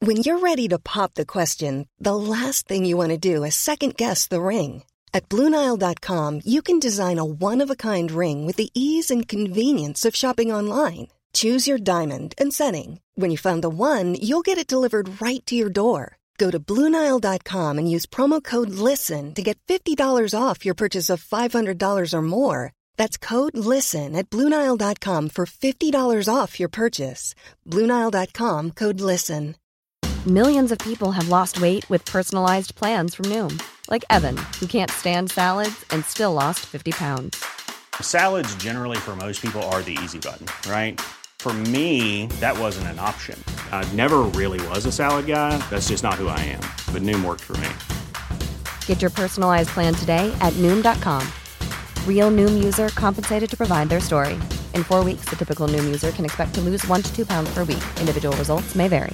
When you're ready to pop the question, the last thing you want to do is second-guess the ring. At BlueNile.com, you can design a one-of-a-kind ring with the ease and convenience of shopping online. Choose your diamond and setting. When you find the one, you'll get it delivered right to your door. Go to BlueNile.com and use promo code LISTEN to get $50 off your purchase of $500 or more. That's code LISTEN at BlueNile.com for $50 off your purchase. BlueNile.com, code LISTEN. Millions of people have lost weight with personalized plans from Noom. Like Evan, who can't stand salads and still lost 50 pounds. Salads generally for most people are the easy button, right? For me, that wasn't an option. I never really was a salad guy. That's just not who I am. But Noom worked for me. Get your personalized plan today at Noom.com. Real Noom user compensated to provide their story. In 4 weeks, the typical Noom user can expect to lose 1 to 2 pounds per week. Individual results may vary.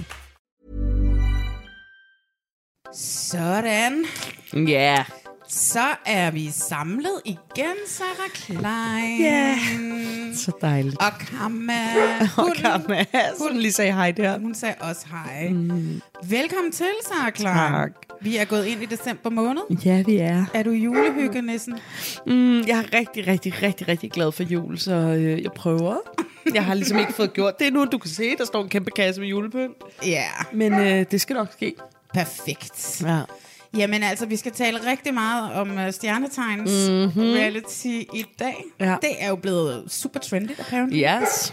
Sådan. Ja. Yeah. Så er vi samlet igen, Sarah Klein. Ja, så dejligt. Og Kamma. Og Kamma, som lige sagde hej der. Hun sagde også hej. Velkommen til, Sarah Klein. Tak. Vi er gået ind i december måned. Ja, vi er. Er du julehygge-nissen? Jeg er rigtig glad for jul, så jeg prøver. Jeg har ligesom ikke fået gjort det endnu. Du kan se, der står en kæmpe kasse med julepynt. Ja. Men det skal nok ske. Perfekt. Ja. Jamen altså, vi skal tale rigtig meget om stjernetegns reality i dag. Ja. Det er jo blevet super trendy, apparently. Yes.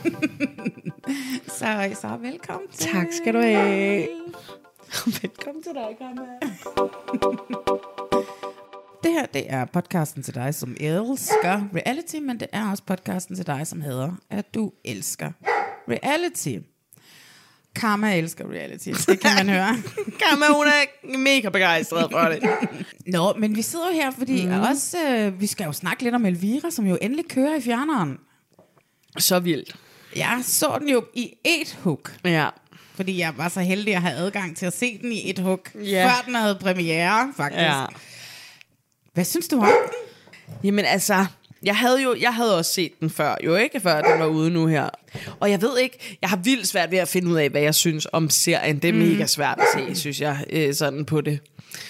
så velkommen til. Tak skal du have. Velkommen til dig, Kamma. Det her, det er podcasten til dig, som elsker reality, men det er også podcasten til dig, som hedder, at du elsker reality. Karma elsker reality, det kan man høre. Karma, hun er mega begejstret for det. Nå, men vi sidder jo her, fordi også, vi skal jo snakke lidt om Elvira, som jo endelig kører i fjerneren. Så vildt. Jeg så den jo i et hug. Ja. Fordi jeg var så heldig at have adgang til at se den i et hug, Ja. før den havde premiere, faktisk. Ja. Hvad synes du om den? Jamen altså, jeg havde også set den før, jo ikke før den var ude nu her. Og jeg ved ikke, jeg har vildt svært ved at finde ud af, hvad jeg synes om serien. Det er mega svært at se, synes jeg, sådan på det.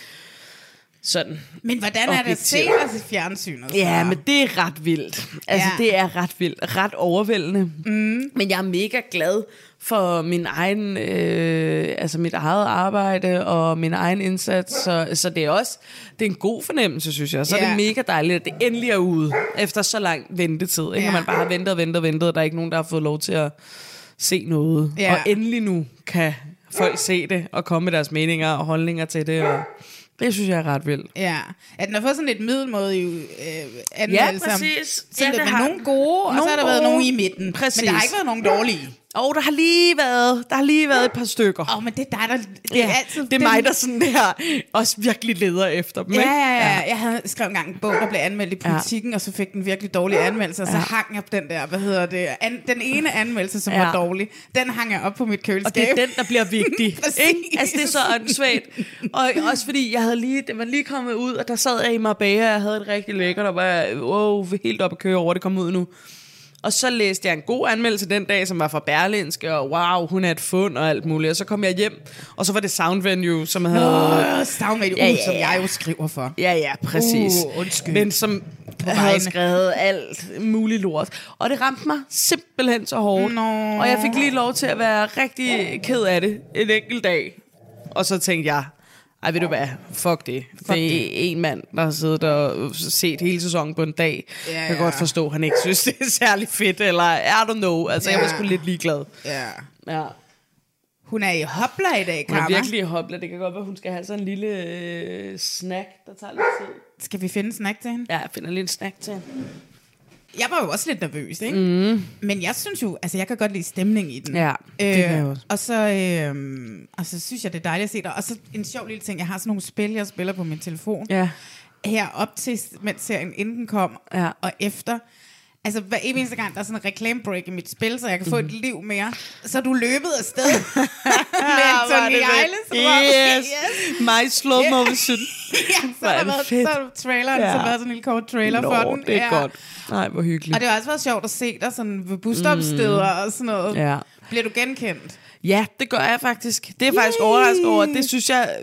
Sådan. Men hvordan er det at se os i fjernsynet? Ja, men det er ret vildt. Altså, det er ret vildt. Ret overvældende. Men jeg er mega glad for min egen, mit eget arbejde og min egen indsats. Så det er også, det er en god fornemmelse, synes jeg. Så er det mega dejligt, at det endelig er ude efter så lang ventetid. Ikke? Man bare har ventet, og der er ikke nogen, der har fået lov til at se noget. Og endelig nu kan folk se det og komme med deres meninger og holdninger til det. Og det synes jeg er ret vildt. Ja, at den har fået sådan lidt middelmådige anmeldelser. Ja, præcis. Så der har nogle gode, og så har der været nogle i midten. Præcis. Men der har ikke været nogen dårlige. Der har lige været et par stykker. Men det er dig, der... Det er altid det er mig, der sådan der også virkelig leder efter dem. Ja. Jeg havde skrevet engang en bog, der blev anmeldt i Politikken, og så fik den virkelig dårlige anmeldelse, og så hang jeg på den der, den ene anmeldelse, som var dårlig, den hang jeg op på mit køleskab. Og det er den, der bliver vigtig. Ikke? Altså, det er så åndssvagt. Og også fordi, det var lige kommet ud, og der sad jeg i Marbella, og jeg havde et rigtig lækkert, og var helt op at køre over, det kom ud nu. Og så læste jeg en god anmeldelse den dag, som var fra Berlingske, og wow, hun er et fund og alt muligt. Og så kom jeg hjem, og så var det Soundvenue, som havde... Soundvenue, som jeg jo skriver for. Ja, præcis. Undskyld. Men som havde skrevet alt muligt lort. Og det ramte mig simpelthen så hårdt. Og jeg fik lige lov til at være rigtig ked af det en enkelt dag. Og så tænkte jeg, ved du hvad, fuck det. Det er en mand, der har siddet og set hele sæsonen på en dag. Jeg kan godt forstå, at han ikke synes, det er særlig fedt, eller I don't know. Altså, jeg var sgu lidt ligeglad. Ja. Hun er i hopla i dag, Karma. Hun er virkelig i hopla. Det kan godt være, hun skal have sådan en lille snack, der tager lidt tid. Skal vi finde en snack til hende? Ja, jeg finder lige en snack til hende. Jeg var jo også lidt nervøs, ikke? Men jeg synes jo, altså jeg kan godt lide stemning i den. Ja, det kan jeg også. Og så synes jeg, det er dejligt at se dig. Og så en sjov lille ting, jeg har sådan nogle spil, jeg spiller på min telefon. Ja. Her op til, mens serien inden kom, og efter. Altså hver eneste gang, der er sådan en reklamebreak i mit spil, så jeg kan få et liv mere. Så er du løbet afsted med Anthony Eilis. Yes, my slow motion. Så har der traileren, så har der været sådan en lille kort trailer for den. Det er godt. Nej, hvor hyggeligt. Og det har også været sjovt at se dig sådan ved busstopsteder og sådan noget. Ja. Bliver du genkendt? Ja, det gør jeg faktisk. Det er faktisk overrasket over. Det synes jeg,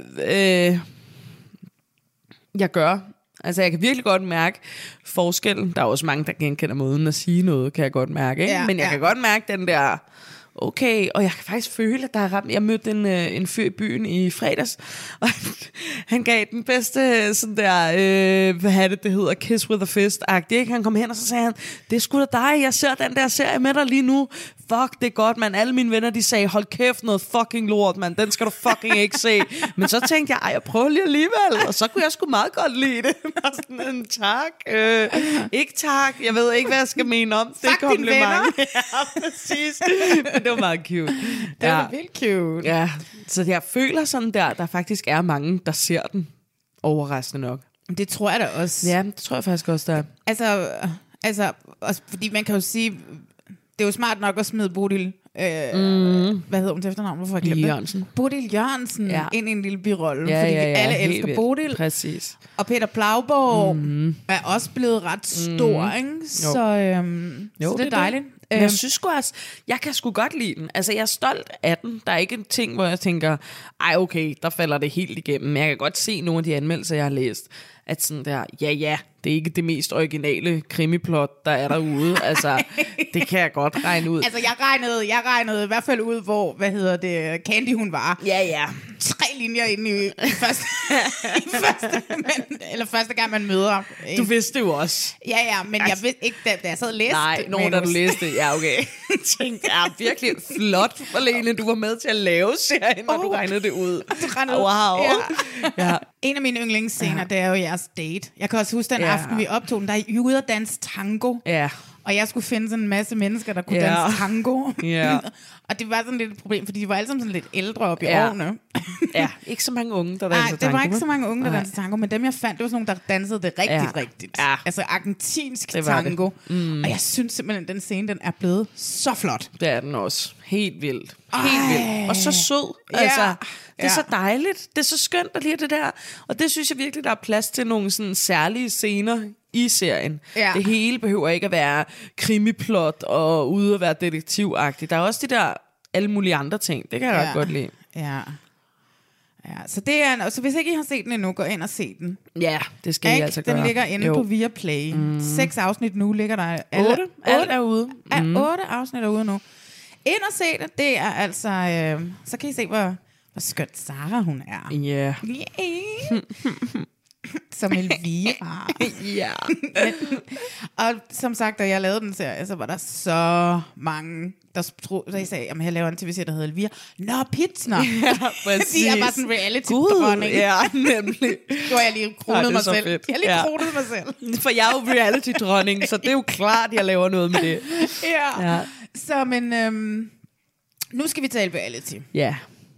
jeg gør. Altså, jeg kan virkelig godt mærke forskellen. Der er også mange, der genkender måden at sige noget, kan jeg godt mærke. Ikke? Men jeg kan godt mærke den der... Okay, og jeg kan faktisk føle, at der er ret... Jeg mødte en fyr i byen i fredags, og han gav den bedste sådan der, hvad det hedder, kiss with a fist-agtig, ikke? Han kom hen, og så sagde han, det er sgu da dig, jeg ser den der serie med dig lige nu. Fuck, det er godt, man. Alle mine venner, de sagde, hold kæft, noget fucking lort, man. Den skal du fucking ikke se. Men så tænkte jeg prøv lige alligevel, og så kunne jeg sgu meget godt lide det. Sådan, tak. Ikke tak. Jeg ved ikke, hvad jeg skal mene om. Det fuck dine venner. Ja, præcis. Det var meget cute. Det var vildt cute. Ja, så jeg føler sådan der faktisk er mange, der ser den. Overraskende nok. Det tror jeg da også. Ja, det tror jeg faktisk også, der er. Altså også fordi man kan jo sige, det er jo smart nok at smide Bodil, hvad hedder hun til efternavn? Hvorfor har jeg glemt Jørgensen. Bodil Jørgensen ind i en lille birolle, ja, fordi ja, alle elsker vildt. Bodil. Præcis. Og Peter Plauborg er også blevet ret stor, ikke? Så det er dejligt. Men jeg synes også, jeg kan sgu godt lide den. Altså, jeg er stolt af den. Der er ikke en ting, hvor jeg tænker, okay, der falder det helt igennem. Men jeg kan godt se nogle af de anmeldelser, jeg har læst, at sådan der, det er ikke det mest originale krimiplot, der er derude. Altså, det kan jeg godt regne ud. Altså, jeg regnede i hvert fald ud, hvor, Candy hun var. Ja. 3 linjer inde i første gang, man møder. Du vidste jo også. Ja, men jeg vidste ikke, da jeg sad og læste. Nej, da du læste. Ja, okay. Jeg tænkte, virkelig flot, Marlene, du var med til at lave serien, når du regnede det ud. Wow. Ja. En af mine yndlingsscener, det er jo jeres date. Jeg kan også huske den aften, vi optog den, der er ude at danse tango. Ja. Og jeg skulle finde sådan en masse mennesker, der kunne danse tango. Ja. Og det var sådan lidt et problem, fordi de var alle sammen sådan lidt ældre op i årene. Ja, ikke så mange unge, der danser tango. Nej, det var ikke så mange unge, der dansede tango, men dem jeg fandt, det var sådan nogle, der dansede det rigtigt. Ja. Altså argentinsk tango. Og jeg synes simpelthen, den scene, den er blevet så flot. Det er den også. Helt vildt. Helt vildt. Og så sød. Altså, det er så dejligt. Det er så skønt at lide det der. Og det synes jeg virkelig, der er plads til nogle sådan særlige scener i serien. Ja. Det hele behøver ikke at være krimiplot og ude at være detektivagtigt. Der er også de der alle mulige andre ting. Det kan jeg ret godt lide. Ja, så det er så hvis ikke I har set den endnu, gå ind og se den. Ja, det skal I altså gøre. Den ligger inde på Viaplay. 6 afsnit nu ligger der. 8 er ude. 8 afsnit er ude nu. Ind og se det. Det er altså så kan I se hvor skønt Sarah hun er. Ja. Som Elvira. Ja. Og som sagt, da jeg lavede den serie, så var der så mange, der sagde, at jeg laver en tv-serie, der hedder Elvira. Nå, Pitsner. Ja, præcis. De er bare sådan reality-dronning. Ja, nemlig. Nu har jeg lige kronet mig selv. Fedt. Jeg har lige kronet mig selv. For jeg er jo reality-dronning, så det er jo klart, jeg laver noget med det. Ja. Så, men nu skal vi tale reality. Ja.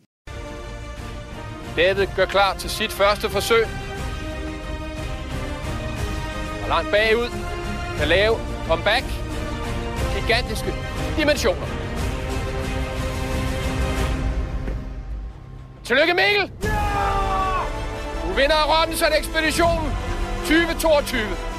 David gør klar til sit første forsøg. Og langt bagud kan lave comeback. Gigantiske dimensioner. Tillykke Mikkel! Du vinder af Robinson-ekspeditionen 2022.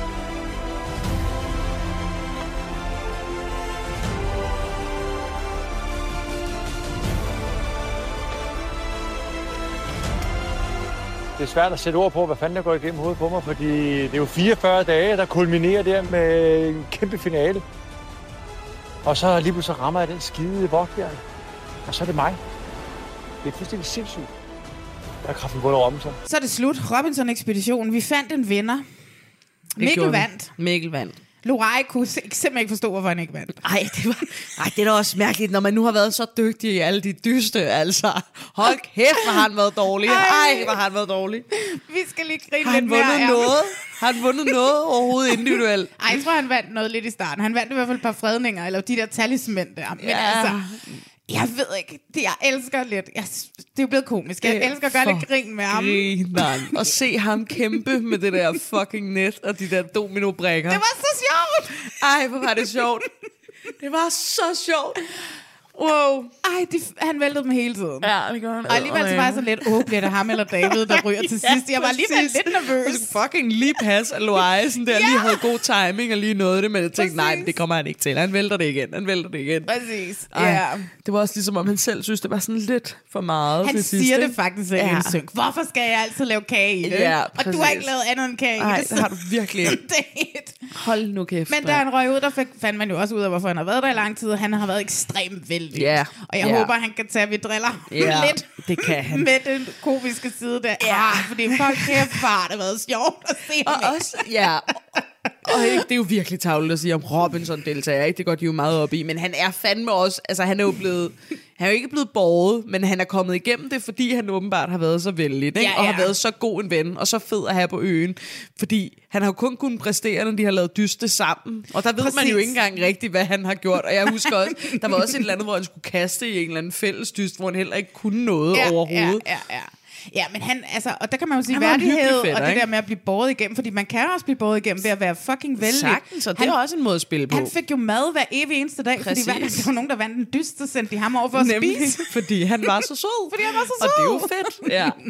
Det er svært at sætte ord på, hvad fanden der går igennem hovedet på mig, fordi det er jo 44 dage, der kulminerer der med en kæmpe finale. Og så lige pludselig rammer jeg den skide vogtbjørn. Og så er det mig. Det er fuldstændig sindssygt. Der er kraften bundet Robinson. Så er det slut. Robinson-ekspeditionen. Vi fandt en vinder. Mikkel vandt. Lorai kunne simpelthen ikke forstå, hvorfor han ikke vandt. Ej, det er da også mærkeligt, når man nu har været så dygtig i alle de dyste, altså. Hold kæft, hvor har han været dårlig. Ej, hvor har han været dårlig. Vi skal lige grine lidt mere. Har han vundet noget overhovedet individuelt? Ej, jeg tror, han vandt noget lidt i starten. Han vandt i hvert fald et par fredninger, eller de der talismænd der. Men altså, jeg ved ikke, jeg elsker lidt. Det er jo blevet komisk. Jeg elsker at gøre lidt grin med ham. Og se ham kæmpe med det der fucking net og de der domino-brækker. Det var så sjovt. Ej, hvor var det sjovt. Det var så sjovt. Wow. Ej, han væltede dem hele tiden. Ja, det gør han. Og alligevel så var jeg sådan lidt, bliver det ham eller David, der ryger til sidst? Jeg var alligevel lidt nervøs. Det skulle fucking lige passe, at Loai sådan der lige havde god timing og lige nåede det, men jeg tænkte, nej, det kommer han ikke til. Han vælter det igen. Præcis, ja. Det var også ligesom, om han selv synes, det var sådan lidt for meget. Han siger det faktisk ikke en synk. Hvorfor skal jeg altid lave kage i det? Ja, og du har ikke lavet andet end kage i det. Nej, det har du virkelig ikke. Hold nu kæft. Men da han røg ud, der fandt man jo også ud af, hvorfor han har været der i lang tid. Han har været ekstremt vældig. Ja. Og jeg håber, han kan tage, vi driller lidt. Det kan han. Med den komiske side der. Ja. Fordi folk kæft, far, det har været sjovt at se ham. Og også, og det er jo virkelig tavligt at sige om Robinson deltager, ikke? Det går de jo meget op i, men han er fandme også, altså han er jo ikke blevet båret, men han er kommet igennem det, fordi han åbenbart har været så vældig, ikke? Og har været så god en ven, og så fed at have på øen, fordi han har jo kun kunnet præstere, når de har lavet dyste sammen, og der ved man jo ikke engang rigtigt, hvad han har gjort, og jeg husker også, der var også et eller andet, hvor han skulle kaste i en eller anden fælles dyst, hvor han heller ikke kunne noget overhovedet. Ja, men han, altså, og der kan man jo sige værdighed, fedt, og det der med at blive båret igennem, fordi man kan også blive båret igennem ved at være fucking vældig. Sagtens, og det er også en måde at spille på. Han fik jo mad hver evig eneste dag, fordi hver gang der var nogen, der vandt en dyst, så sendte de ham over for at spise. Fordi han var så sød. Fordi han var så sød. Og det er jo fedt.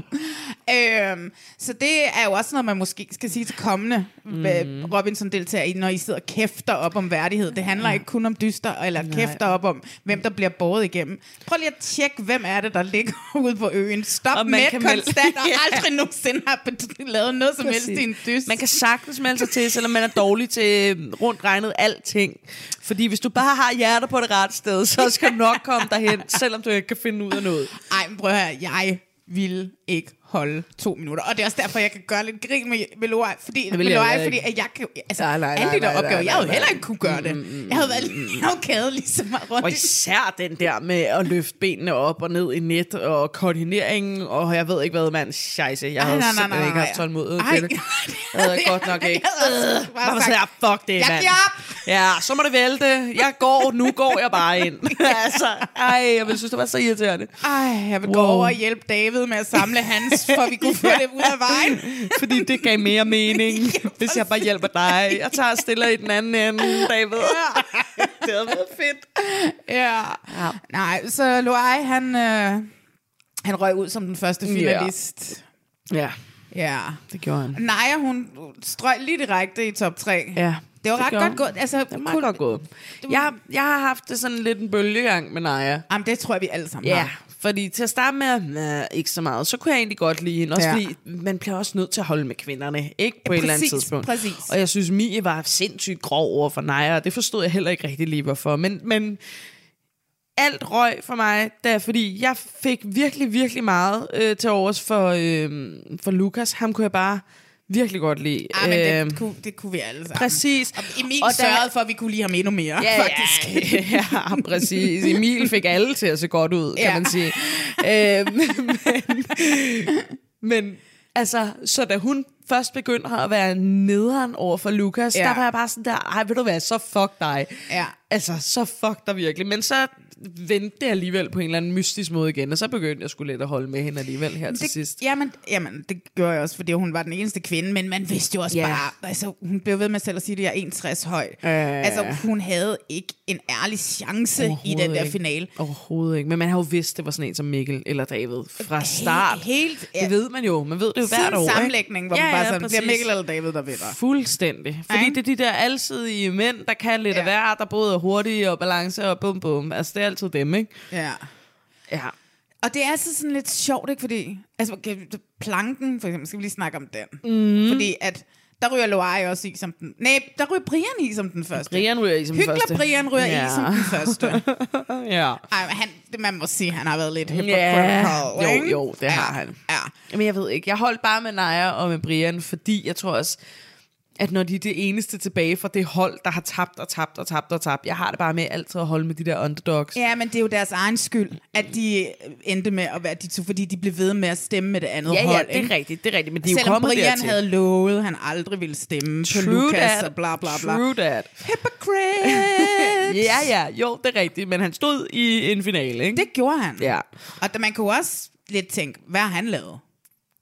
Ja. Så det er jo også noget, man måske skal sige til kommende Robinson-deltagere, når I sidder og kæfter op om værdighed. Det handler ikke kun om dyster, eller kæfter op om, hvem der bliver båret igennem. Prøv lige at tjekke, hvem er det, der ligger ude på øen. Stop med konstant, og aldrig nogensinde har lavet noget som helst i en dyst. Man kan sagtens melde sig til, selvom man er dårlig til rundt regnet alting. Fordi hvis du bare har hjertet på det rette sted, så skal du nok komme derhen, selvom du ikke kan finde ud af noget. Ej, men prøv at høre, jeg vil ikke holde 2 minutter. Og det er også derfor, jeg kan gøre lidt grin med Loai, fordi at jeg kan... Altså, alle de der opgaver, jeg havde heller ikke kunne gøre det. Jeg havde været lige lige meget rundt. Og især den der med at løfte benene op og ned i net, og koordinering, og jeg ved ikke hvad, mand. Scheisse, jeg havde simpelthen ikke haft tålmodighed til det. Jeg havde godt nok ikke. Hvorfor sagde jeg, fuck det, mand. Ja, så må det vælte. Jeg går, nu går jeg bare ind. Altså, jeg vil synes, det var så irriterende. Jeg vil gå over og hjælpe David med at samle hans, for vi kunne få det ud af vejen. Fordi det gav mere mening, hvis jeg bare hjælper dig. Jeg tager og stiller i den anden ende, David. Det havde været fedt. Ja. Nej, så Loai, han røg ud som den første finalist. Ja, det gjorde han. Naja, hun strøg lige direkte i top 3. Ja. Det var ret godt gået. Altså, det var meget godt gået. Jeg har haft det sådan lidt en bølgegang med Naja. Jamen, det tror jeg, vi alle sammen har. Fordi til at starte med, ikke så meget, så kunne jeg egentlig godt lide hende. Også fordi man bliver også nødt til at holde med kvinderne, ikke på et eller andet tidspunkt. Præcis. Og jeg synes, Mie var sindssygt grov over for Naja, og det forstod jeg heller ikke rigtig lige, hvorfor. Men alt røg for mig, fordi jeg fik virkelig, virkelig meget til overs for Lukas. Ham kunne jeg bare virkelig godt lide. Men det kunne vi alle sammen. Præcis. Og Emil sørgede for, at vi kunne lide ham endnu mere, faktisk. Ja, præcis. Emil fik alle til at se godt ud, kan man sige. Men altså, så da hun først begyndte at være nederen over for Lukas, der var jeg bare sådan der, ved du hvad, så fuck dig. Ja. Altså, så fuck dig virkelig. Men så vendte det alligevel på en eller anden mystisk måde igen, og så begyndte jeg sgu lidt at holde med hende alligevel her til sidst. Jamen, det gjorde jeg også, fordi hun var den eneste kvinde, men man vidste jo også bare, altså hun blev ved med selv at sige, at jeg er 61 høj. Altså hun havde ikke en ærlig chance i den der finale. Overhovedet ikke, men man har jo vidst, det var sådan en som Mikkel eller David fra start. Helt, det ved man jo, man ved det jo hvert år. Siden sammenlægning, hvor man bare sådan, bliver Mikkel eller David, der vinder. Fuldstændig. Fordi det er de der alsidige mænd, der kan lidt af hvert, der både er hurtige og balance og bum bum. Altså det er altid dem, ikke? Ja. Og det er altså sådan lidt sjovt, ikke? Fordi, altså planken, for eksempel, skal vi lige snakke om den. Fordi at, der ryger Loai også i som den... Nej, der ryger Brian i som den første. Brian ryger i som den første. Brian ryger i som den første. Ej, man må sige, han har været lidt hypocritical. Jo, det har han. Ja. Men jeg ved ikke, jeg holdt bare med Naja og med Brian, fordi jeg tror også, at når de er det eneste tilbage fra det hold, der har tabt. Jeg har det bare med altid at holde med de der underdogs. Ja, men det er jo deres egen skyld, at de endte med at være de to, fordi de blev ved med at stemme med det andet hold. Ja, det er rigtigt. Men de er jo selvom kommet Brian dertil. havde lovet, han aldrig ville stemme på Lukas og bla bla bla. True that. Hypocrite! Jo, det er rigtigt, men han stod i en finale, ikke? Det gjorde han. Ja. Og man kunne også lidt tænke, hvad har han lavet?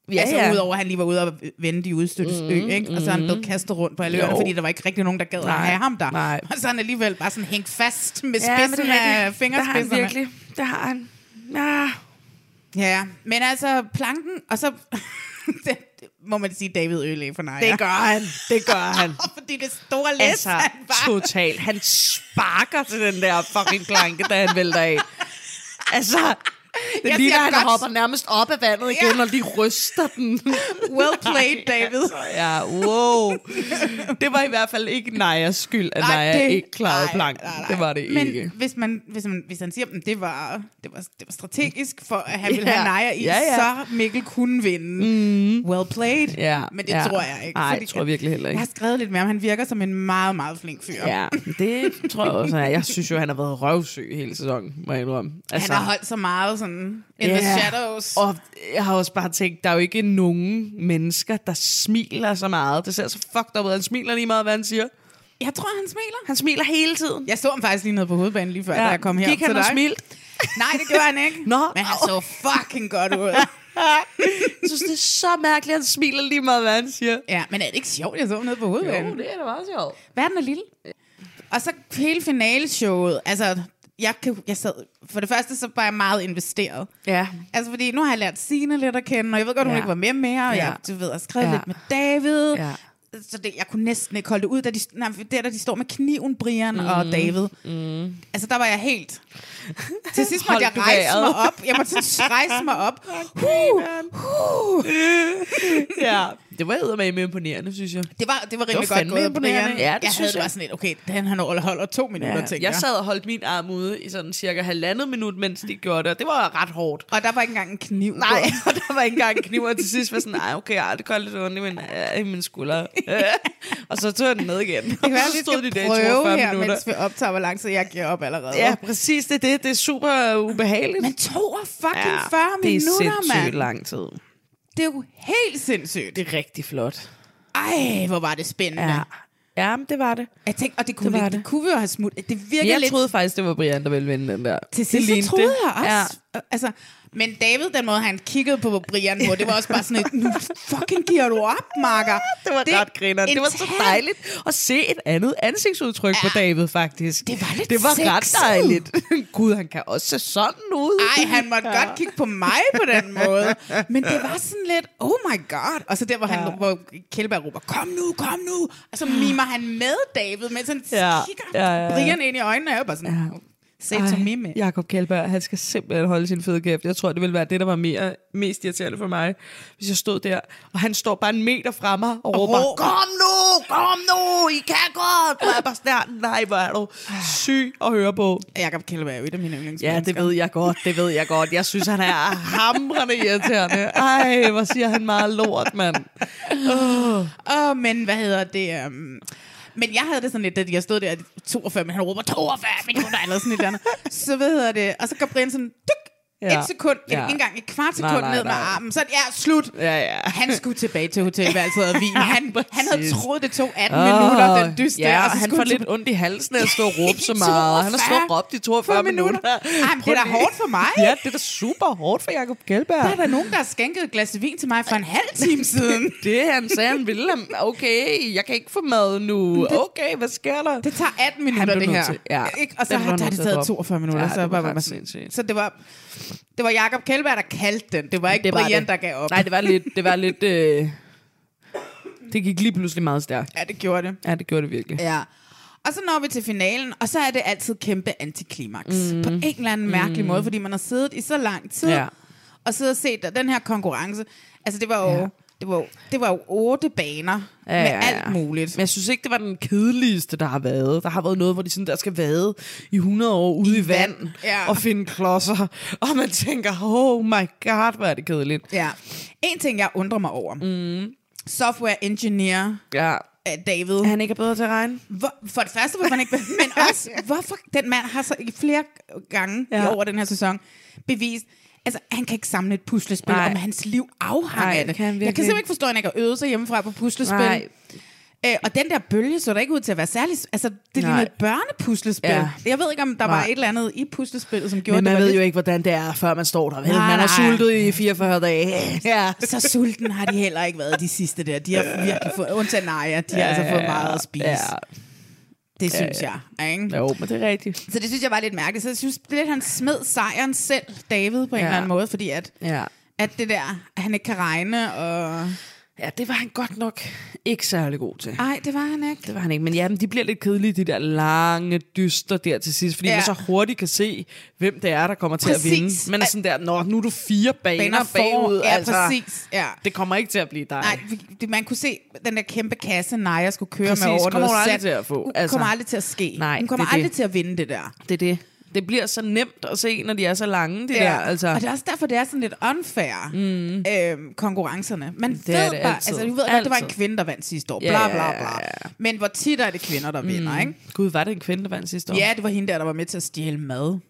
Udover at han lige var ude og vende de udstøttes ø, ikke? Og så er han blevet kastet rundt på alle øerne, fordi der var ikke rigtig nogen, der gad at have ham der. Nej. Og så er han alligevel bare sådan hængt fast med spidsen af fingerspidserne. Det har han virkelig. Det har han. Ja, men altså planken, og så det må man sige David ødelægge for Naja. Det gør han. Fordi det store læs, altså, totalt. Han sparker til den der fucking planke, da han vælter af. Altså, det ligner, han hopper nærmest op af vandet igen, og de ryster den. Well played, David. Ja, wow. Det var i hvert fald ikke Najas skyld, at Naja ikke klarede planken. Nej. Det var det ikke. Men hvis han siger, at det var strategisk, for at han ville have Naja i, så Mikkel kunne vinde. Well played. Ja. Men det tror jeg ikke. Nej, det tror jeg virkelig heller ikke. Jeg har skrevet lidt mere om, han virker som en meget, meget flink fyr. Ja, det tror jeg også. Jeg synes jo, han har været røvsyg hele sæsonen, må jeg indrømme. Altså, han har holdt så meget sådan in the shadows. Og jeg har også bare tænkt, der er jo ikke nogen mennesker, der smiler så meget. Det ser så fucked up ud. Han smiler lige meget, hvad han siger. Jeg tror, han smiler. Han smiler hele tiden. Jeg så ham faktisk lige nede på hovedbanen lige før, da jeg kom her. Gik han og smilte? Nej, det gjorde han ikke. Nå. Men han så fucking godt ud. Jeg synes, det er så mærkeligt, at han smiler lige meget, hvad han siger. Ja, men er det ikke sjovt, jeg så ham nede på hovedbanen? Jo, det er da meget sjovt. Verden er lille. Og så hele finaleshowet, altså... Jeg sad, for det første, så var jeg meget investeret. Ja. Altså, fordi nu har jeg lært Signe lidt at kende, og jeg ved godt, hun ikke var med mere, og jeg har skrevet lidt med David. Ja. Så jeg kunne næsten ikke holde det ud, da de står med kniven, Brian og David. Altså, der var jeg helt... Til sidst måtte jeg rejse mig op. Jeg måtte sådan rejse mig op. Ja, det var eddermame imponerende, synes jeg. Det var rimelig godt gået, Brian. Ja, jeg havde bare sådan lidt, okay, han holder 2 minutter, tænker jeg. Jeg sad og holdt min arm ude i sådan cirka 1,5 minut, mens de gjorde det, og det var ret hårdt. Og der var ikke engang en kniv. Nej, og der var ikke engang en kniv, og til sidst var sådan, nej, okay, det gør lidt ondt i min skulder. Og så tog jeg den ned igen. Det kan være, vi skal prøve her, mens vi optager, hvor lang tid jeg giver op allerede. Ja, præcis, det er super ubehageligt. Men 40 minutter, mand. Det er sindssygt lang tid. Det er jo helt sindssygt. Det er rigtig flot. Ej, hvor var det spændende. Ja, men det var det. Jeg tænkte, og det kunne vi jo have smuttet. Det virkede jeg troede faktisk, det var Brian, der ville vinde den der. Til sidst troede jeg også. Ja. Altså, men David, den måde, han kiggede på Brian på, det var også bare sådan et, nu fucking giver du op, makker. Det var ret griner. Det var så dejligt at se et andet ansigtsudtryk på David, faktisk. Det var lidt Det var ret dejligt. Gud, han kan også se sådan ud. Ej, han måtte godt kigge på mig på den måde. Men det var sådan lidt, oh my god. Og så der, hvor Kjellberg råber, kom nu. Og så mimer han med David, mens han kigger Brian ind i øjnene, og jeg bare sådan... Jakob Kjellberg, han skal simpelthen holde sin fede kæft. Jeg tror, det ville være det, der var mest irriterende for mig, hvis jeg stod der, og han står bare 1 meter fra mig og råber, kom nu, I kan godt. Og jeg bare sådan, nej, hvor er du syg at høre på. Jakob Kjellberg er jo et af mine yndlingsmennesker. Ja, det ved jeg godt. Jeg synes, han er hamrende irriterende. Ej, hvor siger han meget lort, mand. Men hvad hedder det... Men jeg havde det sådan lidt, da jeg stod der 42, men han råber 42 minutter eller sådan et eller andet. Så hvad hedder det? Og så går Brian sådan, et sekund, ikke engang et kvart sekund ned med armen. Så slut. Han skulle tilbage til hotelværelset og vin. Han havde troet, det tog 18 minutter, den dyste. Ja, og han får lidt ondt i halsen af at stå og råbe så meget. Han har stået og råbt i 42 minutter. Jamen, det er da hårdt for mig. Ja, det er da super hårdt for Jakob Kjellberg. Der er der nogen, der har skænket et glas vin til mig for en halv time siden. Det han sagde, han ville. Okay, jeg kan ikke få mad nu. Okay, hvad sker der? Det tager 18 minutter, det her. Ja. Og så har det taget 42 minutter. Så det var Jakob Kjellberg, der kaldte den. Det var ikke Brian, der gav op. Nej, det var lidt... Det gik lige pludselig meget stærkt. Ja, det gjorde det. Ja, det gjorde det virkelig. Ja. Og så når vi til finalen, og så er det altid kæmpe antiklimaks. På en eller anden mærkelig måde, fordi man har siddet i så lang tid, og siddet og set den her konkurrence. Altså, det var jo... Det var jo 8 baner med alt muligt. Men jeg synes ikke, det var den kedeligste, der har været. Der har været noget, hvor de sådan der skal vade i 100 år ude i vand og finde klodser. Og man tænker, oh my god, hvor er det kedeligt. Ja. En ting, jeg undrer mig over. Software engineer David. Han ikke er bedre til at regne? For det første, hvorfor han ikke... Men også, hvorfor den mand har så i flere gange over den her sæson bevist... Altså, han kan ikke samle et puslespil, om hans liv afhænger af det. Jeg kan simpelthen ikke forstå, at han ikke har øvet sig hjemmefra på puslespil. Og den der bølge så der ikke ud til at være særlig... Altså, det ligner et børnepuslespil. Ja. Jeg ved ikke, om der var et eller andet i puslespillet, som gjorde det. Men man ved jo ikke, hvordan det er, før man står der. Man er sultet i 44 dage. Ja. Så sulten har de heller ikke været de sidste der. De har virkelig fået... Undtagen Naja, de har altså fået meget at spise. Ja. Det synes jeg, ikke? Jo, men det er rigtigt. Så det synes jeg var lidt mærkeligt. Så jeg synes, det er lidt, han smed sejren selv, David, på en eller anden måde, fordi at det der, han ikke kan regne, og... Ja, det var han godt nok ikke særlig god til. Nej, det var han ikke. Det var han ikke, men ja, de bliver lidt kedelige, de der lange dyster der til sidst, fordi man så hurtigt kan se, hvem det er, der kommer til at vinde. Men er sådan der, nu er du 4 baner bagud. Ja, altså, præcis. Ja. Det kommer ikke til at blive dig. Nej, man kunne se den der kæmpe kasse, Naja skulle køre med over noget sat. Til at få. Altså, kommer aldrig til at ske. Nej, hun kommer aldrig til at vinde det der. Det er det. Det bliver så nemt at se, når de er så lange, de der. Altså. Og det er også derfor, det er sådan lidt unfair, konkurrencerne. Man ved bare, altså du ved godt, det var en kvinde, der vandt sidste år, bla bla bla. Men hvor tit er det kvinder, der vinder, ikke? Gud, var det en kvinde, der vandt sidste år? Ja, det var hende der var med til at stjæle mad. Det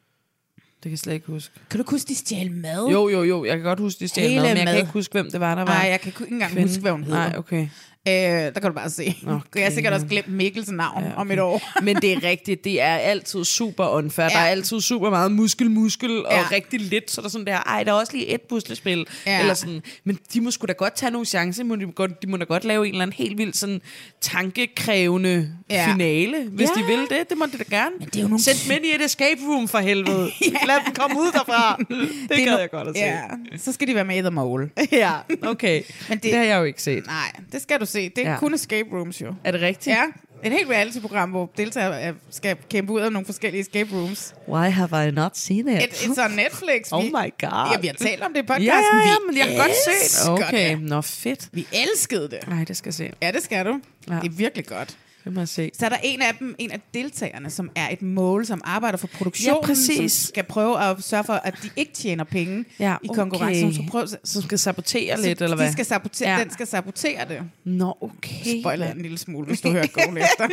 kan jeg slet ikke huske. Kan du huske, de stjæle mad? Jo, jeg kan godt huske, de stjæle mad, men jeg kan ikke huske, hvem det var, der var. Nej, jeg kan ikke engang huske, hvad hun hedder. Nej, okay. Der kan du bare se. Okay. Jeg har sikkert også glemt Mikkels navn om et år. Men det er rigtigt, det er altid super unfair. Der er altid super meget muskel og rigtig lidt, så der er sådan der, der er også lige et puslespil. Eller sådan. Men de må sgu da godt tage nogle chancer. De må da godt lave en eller anden helt vild sådan tankekrævende finale, hvis de vil det. Det må de da gerne. Det er jo nogle... Sæt dem ind i et escape room for helvede. Lad dem komme ud derfra. Det kan jeg godt at se. Ja. Så skal de være med i The Mole. Ja, okay. Men det har jeg jo ikke set. Nej, det skal du se. Det er kun escape rooms jo. Er det rigtigt? Ja. Et helt reality-program, hvor deltagere skal kæmpe ud af nogle forskellige escape rooms. Why have I not seen it? It's on Netflix. Oh my god. Ja, vi har talt om det i podcasten. Ja, men jeg har godt set. Okay, fedt. Vi elskede det. Nej, det skal jeg se. Ja, det skal du. Ja. Det er virkelig godt. Det må jeg se. Så er der en af deltagerne, som er et mål, som arbejder for produktionen, som skal prøve at sørge for, at de ikke tjener penge i konkurrencen. Som skal sabotere lidt, eller hvad? Den skal sabotere det. Nå, okay. Spoiler en lille smule, hvis du hører gården efter.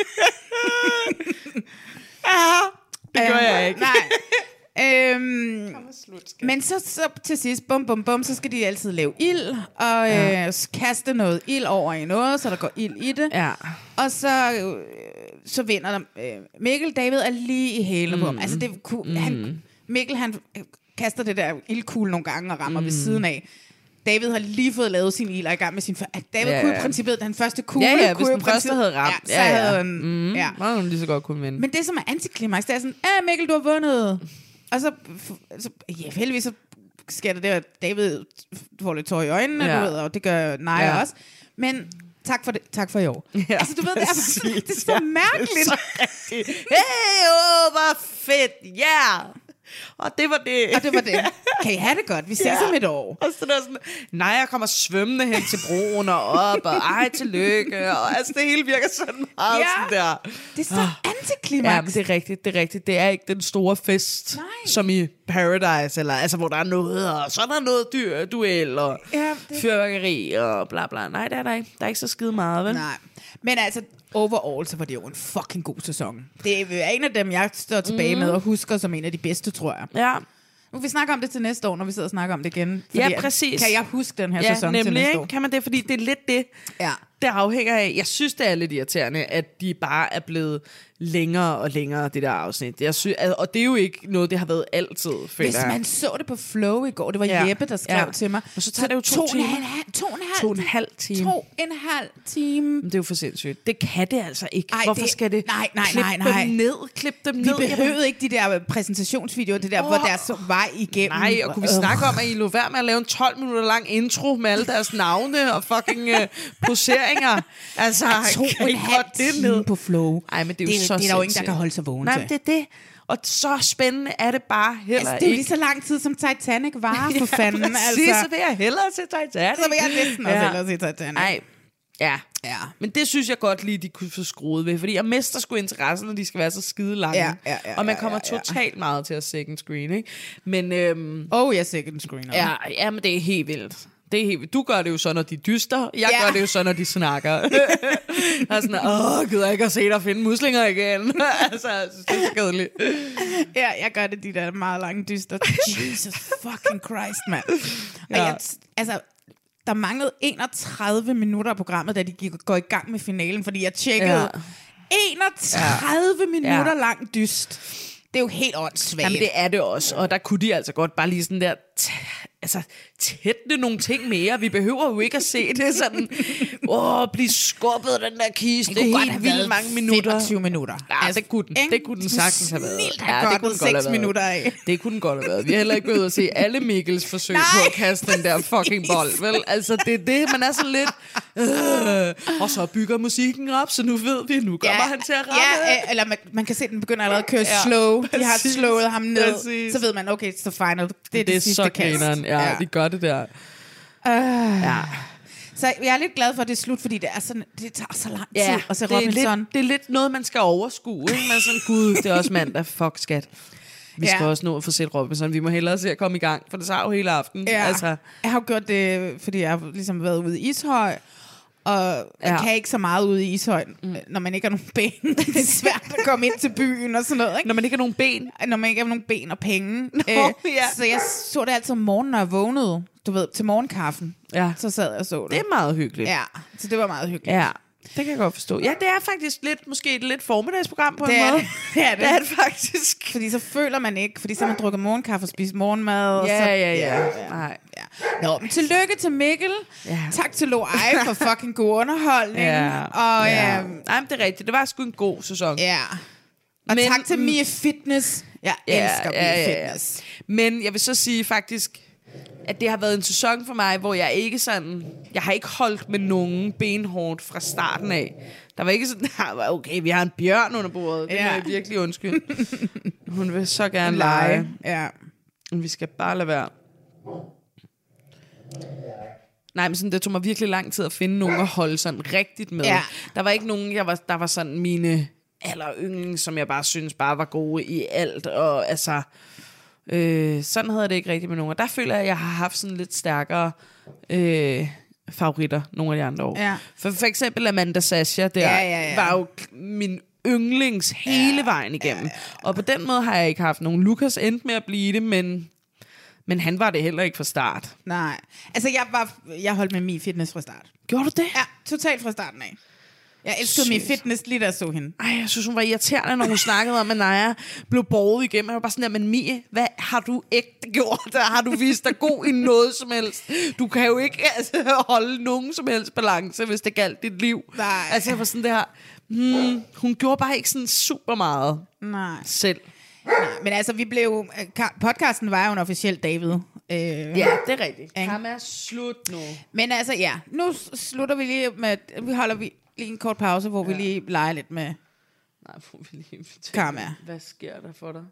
Det gør jeg ikke. Nej. Men så til sidst, bum, så skal de altid lave ild, og kaste noget ild over i noget, så der går ild i det. Ja. Og så vinder der. Mikkel David er lige i hælene på ham. Altså Mikkel han kaster det der ildkugle nogle gange og rammer ved siden af. David har lige fået lavet sin ild og i gang med sin... David kunne i princippet den første kugle... Ja, hvis den første havde ramt. Så havde han... var hun lige så godt kunne vinde. Men det, som er antiklimaks, det er sådan, Mikkel, du har vundet. Og så heldigvis så sker det der, at David får lidt tår i øjnene, du ved, og det gør Naja også. Men tak for i år. Ja, altså, du ved, det er så mærkeligt. Så hvor fedt, Og det var det. Kan I have det godt? Vi ses om et år. Og så der sådan, Naja kommer svømmende hen til broen og op, og tillykke. Og altså, det hele virker sådan meget sådan der. Det er så antiklimaks. Ja, men det er rigtigt. Det er ikke den store fest, som i Paradise, eller altså, hvor der er noget, og så er der noget duel, og fyrværkeri, og bla bla. Nej, det er der ikke. Der er ikke så skide meget, vel? Nej. Men altså, overall, så var det jo en fucking god sæson. Det er en af dem, jeg står tilbage med og husker som en af de bedste, tror jeg. Ja. Nu kan vi snakke om det til næste år, når vi sidder og snakker om det igen. Ja, præcis. Kan jeg huske den her sæson til næste år? Kan man det? Fordi det er lidt det. Ja. Det afhænger af. Jeg synes, det er lidt irriterende, at de bare er blevet længere og længere, det der afsnit. Jeg synes, og det er jo ikke noget, det har været altid. Hvis man så det på Flow i går, det var Jeppe, der skrev til mig. Og så tager det jo 2 timer. 2,5 timer. 2,5 time. Det er jo for sindssygt. Det kan det altså ikke. Hvorfor skal det klippe dem ned? Vi behøvede ikke de der præsentationsvideoer, det der, hvor deres vej igennem. Nej, og kunne vi snakke om, at I lå værd med at lave en 12 minutter lang intro med alle deres navne og fucking poseringer. Altså, 2,5 timer på Flow. Ej, men det er jo det er der jo ingen, der kan holde sig vågen til. Nej, det er det. Og så spændende er det bare heller ikke. Det er jo lige så lang tid, som Titanic var, for fanden. Præcis, så vil jeg hellere se Titanic. Så vil jeg næsten også hellere se Titanic. Nej, ja. Men det synes jeg godt lige, de kunne få skruet ved. Fordi jeg mister sgu interessen, når de skal være så skide lange. Og man kommer totalt meget til at second screen, ikke? Men, jeg second screener. Ja, men det er helt vildt. Det er helt... Du gør det jo så, når de dyster. Jeg gør det jo så, når de snakker. Og sådan, gider jeg ikke at se dig finde muslinger igen. Altså, det er så kedeligt. Ja, jeg gør det, de der meget lange dyster. Jesus fucking Christ, mand. Altså, der manglede 31 minutter af programmet, da de går i gang med finalen, fordi jeg tjekkede 31 minutter lang dyst. Det er jo helt åndssvagt. Jamen det er det også, og der kunne de altså godt bare lige sådan der, tætne nogle ting mere. Vi behøver jo ikke at se det sådan, blive skubbet af den der kiste. Det er helt vildt mange minutter. 25 minutter. Ja, altså, det kunne den sagtens have været. Det kunne 6 minutter af. Det kunne den godt have været. Vi har heller ikke behøvet at se alle Mikkels forsøg på at kaste den der fucking bold, vel? Altså, det er det, man er sådan lidt... og så bygger musikken op, så nu ved vi, nu kommer han til at ramme. Ja, eller man kan se, at den begynder allerede at køre slow. De har slået ham ned. Så ved man, okay, så final. Det er sidste kast. Ja, de gør det der. Så jeg er lidt glad for, at det er slut, fordi det tager så lang tid at se Robinson. Det er lidt noget, man skal overskue. Ikke? Man er sådan, gud, det er også mandag. Fuck, skat. Vi skal også nå at få set Robinson. Vi må hellere se at komme i gang, for det tager jo hele aftenen. Ja. Altså. Jeg har jo gjort det, fordi jeg har ligesom været ude i Ishøj, og jeg kan ikke så meget ude i Ishøj, når man ikke har nogen ben. Det er svært at komme ind til byen og sådan noget. Ikke? Når man ikke har nogen ben? Når man ikke har nogen ben og penge. Så jeg så det altid om morgenen, når jeg vågnede. Du ved, til morgenkaffen. Ja. Så sad jeg og så det. Det er meget hyggeligt. Ja, så det var meget hyggeligt. Ja, det kan jeg godt forstå. Ja, det er faktisk måske et lidt formiddagsprogram på en måde. Det er det faktisk. Fordi så føler man ikke, fordi så har man drukket morgenkaffe og spist morgenmad. Ja. Nej. Nå, men tillykke til Mikkel. Ja. Tak til Lo Ej for fucking god underholdning. Nej, men det er rigtigt. Det var sgu en god sæson. Ja. Og tak til Mia Fitness. Jeg elsker Mia Fitness. Men jeg vil så sige faktisk, at det har været en sæson for mig, hvor jeg ikke sådan... Jeg har ikke holdt med nogen benhårdt fra starten af. Der var ikke sådan, okay, vi har en bjørn under bordet. Det må jeg virkelig undskylde. Hun vil så gerne lege. Ja. Men vi skal bare lade være. Nej, men sådan, det tog mig virkelig lang tid at finde nogen at holde sådan rigtigt med. Ja. Der var ikke nogen, der var sådan mine alleryndlings, som jeg bare synes bare var gode i alt. Og altså... sådan havde jeg det ikke rigtigt med nogen. Og der føler jeg, at jeg har haft sådan lidt stærkere favoritter nogle af de andre år. Ja. For eksempel Amanda Sasha, var jo min yndlings hele vejen igennem. Ja. Og på den måde har jeg ikke haft nogen. Lukas endte med at blive det, men han var det heller ikke fra start. Nej. Altså, jeg holdt med Mi Fitness fra start. Gjorde du det? Ja, totalt fra starten af. Jeg elskede Mi Fitness lige da jeg så hende. Ej, jeg synes, hun var irriterende, når hun snakkede om, at Naja blev båret igennem. Jeg var bare sådan der, men Mie, hvad har du ægte gjort? Har du vist dig god i noget som helst? Du kan jo ikke holde nogen som helst balance, hvis det galt dit liv. Nej. Altså, jeg var sådan der, hun gjorde bare ikke sådan super meget selv. Nej, men altså, podcasten var jo en officiel David. Ja, det er rigtigt. Kom er slut nu. Men altså, nu slutter vi lige med, vi holder lige en kort pause, hvor vi lige leger lidt med hvor vi lige Karma. Hvad sker der for dig?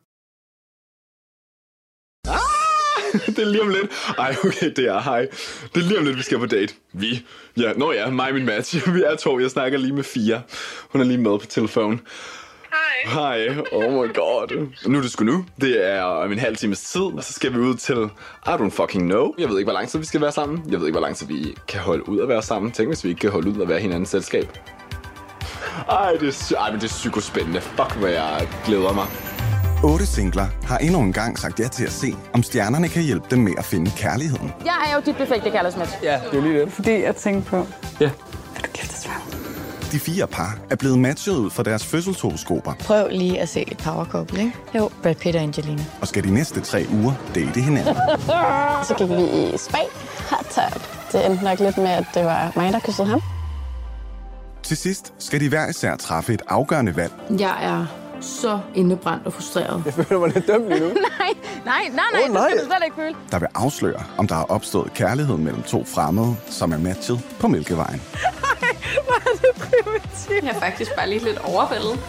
Det er lige om lidt. Ej, okay, det er hej. Det er lige om lidt, vi skal på date. Vi? Ja, mig og min match. Vi er 2, jeg snakker lige med 4. Hun er lige med på telefon. Hej, oh my god. Nu er det sgu nu. Det er om en halv times tid, og så skal vi ud til I don't fucking know. Jeg ved ikke, hvor lang tid vi skal være sammen. Jeg ved ikke, hvor lang tid vi kan holde ud at være sammen. Tænk, hvis vi ikke kan holde ud at være hinandens selskab. Men det er psykospændende. Fuck, hvor jeg glæder mig. 8 singler har endnu en gang sagt ja til at se, om stjernerne kan hjælpe dem med at finde kærligheden. Jeg er jo dit perfekte kærlighedsmatch. Ja, det er lige det. Fordi jeg tænkte på... Ja. Vil du giftes med ham? De 4 par er blevet matchet ud fra deres fødselshoroskoper. Prøv lige at se et power couple, ikke? Jo, Brad Pitt og Angelina. Og skal de næste 3 uger date hinanden. Så gik vi i spa. Hot tub. Det endte nok lidt med, at det var mig, der kyssede ham. Til sidst skal de hver især træffe et afgørende valg. Jeg er så indebrændt og frustreret. Jeg føler mig lidt dømt lige nu. nej, det skal du slet ikke føle. Der vil afsløre, om der er opstået kærlighed mellem 2 fremmede, som er matchet på Mælkevejen. Hvor er det primitivt. Jeg er faktisk bare lige lidt overvældet.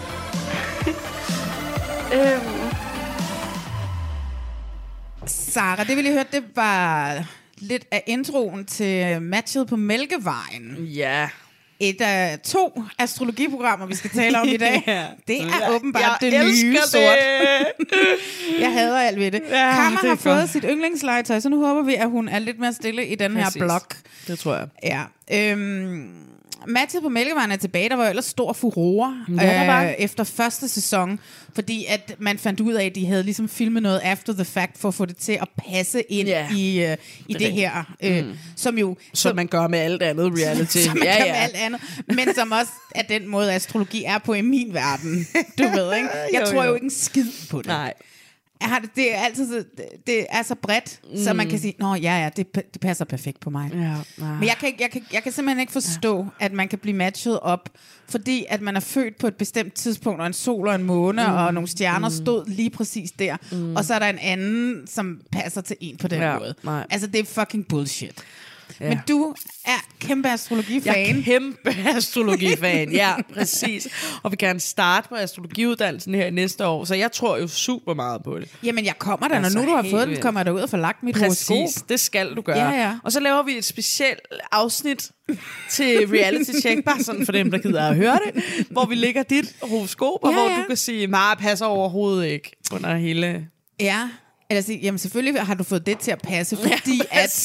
Sara, det ville I høre, det var lidt af introen til matchet på Mælkevejen. Ja. Et af 2 astrologiprogrammer, vi skal tale om i dag. Det er åbenbart det nye sort. Jeg hader alt ved det. Ja, Karma har fået sit yndlingslegetøj, så nu håber vi, at hun er lidt mere stille i den her blog. Det tror jeg. Ja. Matchet på Mælkevejen er tilbage. Der var jo ellers stor furore efter første sæson, fordi at man fandt ud af, at de havde ligesom filmet noget after the fact, for at få det til at passe ind i det her. Som man gør med alt andet reality. Som man gør med alt andet. Men som også er den måde, astrologi er på i min verden. Du ved, ikke? Jeg tror jo ikke en skid på det. Nej. Det er altid det er så bredt, så man kan sige, det passer perfekt på mig. Men jeg kan simpelthen ikke forstå, at man kan blive matchet op, fordi at man er født på et bestemt tidspunkt, og en sol og en måne og nogle stjerner stod lige præcis der, og så er der en anden, som passer til en på den måde. Nej. Altså, det er fucking bullshit. Ja. Men du er kæmpe astrologifan. Jeg er kæmpe astrologifan, ja, præcis. Og vi kan gerne starte på astrologiuddannelsen her næste år, så jeg tror jo super meget på det. Jamen, jeg kommer der, når nu du har fået den, kommer jeg derud og får lagt mit horoskop. Præcis, det skal du gøre. Ja. Og så laver vi et specielt afsnit til reality check, bare sådan for dem, der gider at høre det, hvor vi lægger dit horoskop, og hvor du kan sige, nej, passer overhovedet ikke under hele... Ja. Eller sige, jamen selvfølgelig har du fået det til at passe, fordi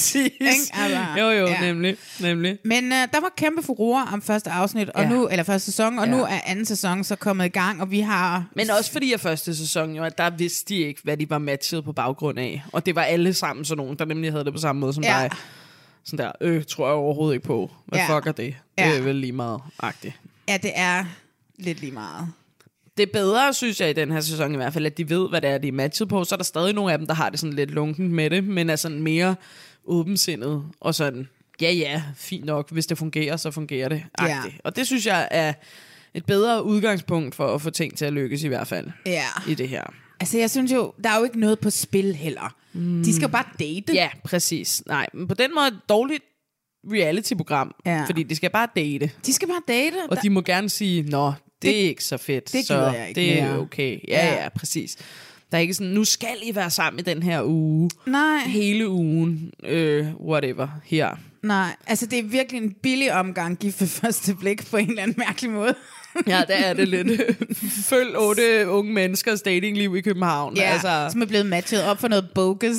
nemlig. Men der var kæmpe furore om første afsnit, og nu, eller første sæson, og nu er anden sæson så kommet i gang, og vi har... Men også fordi af første sæson, jo, at der vidste de ikke, hvad de var matchet på baggrund af. Og det var alle sammen sådan nogen, der nemlig havde det på samme måde som dig. Sådan der, tror jeg overhovedet ikke på. Hvad fuck er det? Det er vel lige meget agtigt. Ja, det er lidt lige meget. Det er bedre, synes jeg, i den her sæson i hvert fald, at de ved, hvad det er, de er matchet på. Så er der stadig nogle af dem, der har det sådan lidt lunkent med det, men er sådan mere åbensindet og sådan, fint nok, hvis det fungerer, så fungerer det. Og det synes jeg er et bedre udgangspunkt for at få ting til at lykkes i hvert fald i det her. Altså jeg synes jo, der er jo ikke noget på spil heller. De skal jo bare date. Ja, præcis. Nej, men på den måde et dårligt reality-program, fordi de skal bare date. De skal bare date. Og de må gerne sige, det er ikke så fedt, det så jeg ikke det er mere. okay. Ja, præcis. Der er ikke sådan, nu skal I være sammen i den her uge. Nej. Hele ugen, whatever, her. Nej, altså det er virkelig en billig omgang, gift ved første blik, på en eller anden mærkelig måde. Ja, der er det lidt. Følg 8 unge menneskers datingliv i København. Ja, altså. Som er blevet matchet op for noget bogus.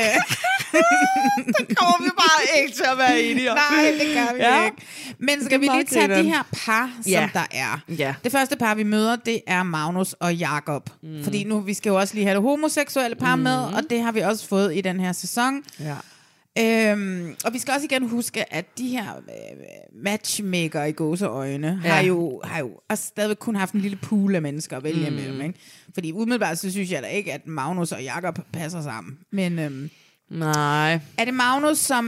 Det kommer vi bare ikke til at være enige om. Nej, det gør vi ikke. Men skal vi lige tage de her par, som der er. Ja. Det første par, vi møder, det er Magnus og Jakob. Fordi nu, vi skal jo også lige have det homoseksuelle par med, og det har vi også fået i den her sæson. Ja. Og vi skal også igen huske, at de her matchmaker i gåseøjne har jo også stadigvæk kun haft en lille pool af mennesker at vælge imellem, ikke? Fordi umiddelbart så synes jeg da ikke, at Magnus og Jakob passer sammen. Men nej. Er det Magnus, som,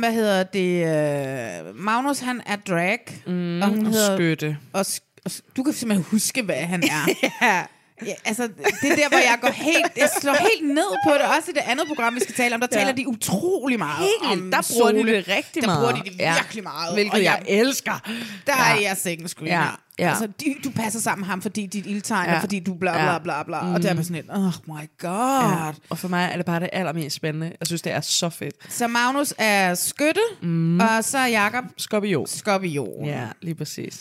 Magnus han er drag, og hun hedder Skytte. Og du kan simpelthen huske, hvad han er. Ja, altså, det er der, hvor jeg slår helt ned på det. Også i det andet program, vi skal tale om, der taler de utrolig meget om der bruger de det rigtig meget. Der bruger de det virkelig meget. Hvilket jeg elsker. Der er jeg single screen her. Ja. Altså, du passer sammen med ham, fordi dit ildtegn er, fordi du bla bla bla bla. Og det er bare sådan lidt, oh my god. Ja. Og for mig er det bare det allermest spændende. Jeg synes, det er så fedt. Så Magnus er skytte, og så er Jakob skorpion. Ja, lige præcis.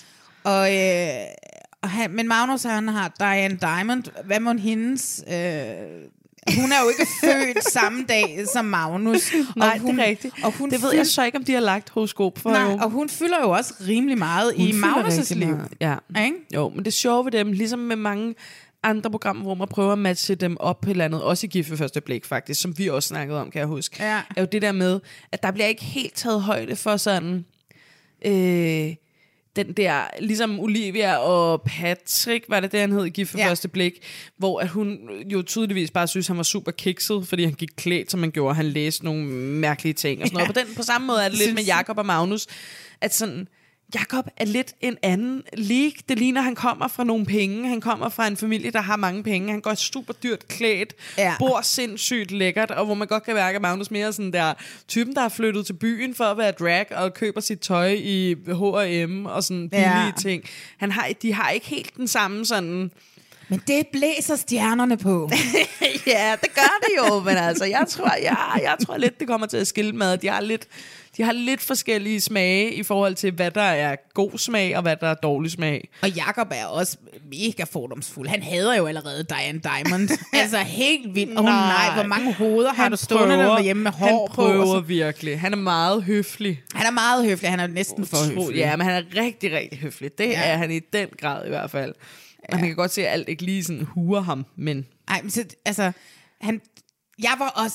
Men Magnus, han har Diane Diamond. Hvad må hendes... hun er jo ikke født samme dag som Magnus. Nej, det er rigtigt. Og hun det ved jeg så ikke, om de har lagt horoskop for. Nej, og hun fylder jo også rimelig meget i Magnus' liv. Ja. Ikke? Jo, men det sjove ved dem, ligesom med mange andre programmer, hvor man prøver at matche dem op på et eller andet, også i Gift ved første blik faktisk, som vi også snakkede om, kan jeg huske, er jo det der med, at der bliver ikke helt taget højde for sådan... den der, ligesom Olivia og Patrick, var det han hed i Gift ved første blik, hvor at hun jo tydeligvis bare synes, han var super kikset, fordi han gik klædt, som man gjorde, han læste nogle mærkelige ting og sådan noget. På samme måde er det lidt med Jakob og Magnus, at sådan, Jakob er lidt en anden league. Det ligner, han kommer fra nogle penge. Han kommer fra en familie, der har mange penge. Han går super dyrt klædt, bor sindssygt lækkert, og hvor man godt kan mærke, at Magnus mere sådan der typen, der har flyttet til byen for at være drag og køber sit tøj i H&M og sådan billige ting. De har ikke helt den samme sådan... Men det blæser stjernerne på. Ja, det gør det jo, men altså, jeg tror lidt, det kommer til at skille med. De har lidt forskellige smage i forhold til, hvad der er god smag, og hvad der er dårlig smag. Og Jacob er også mega fordomsfuld. Han hader jo allerede Diane Diamond. Altså helt vildt. Nej, hvor mange hoveder har du stående der hjemme med hår på? Han prøver virkelig. Han er meget høflig. Han er næsten for høflig. Ja, men han er rigtig, rigtig høflig. Det er han i den grad i hvert fald. Man kan godt se, at alt ikke lige sådan huer ham, men... Ej, men så, altså... Jeg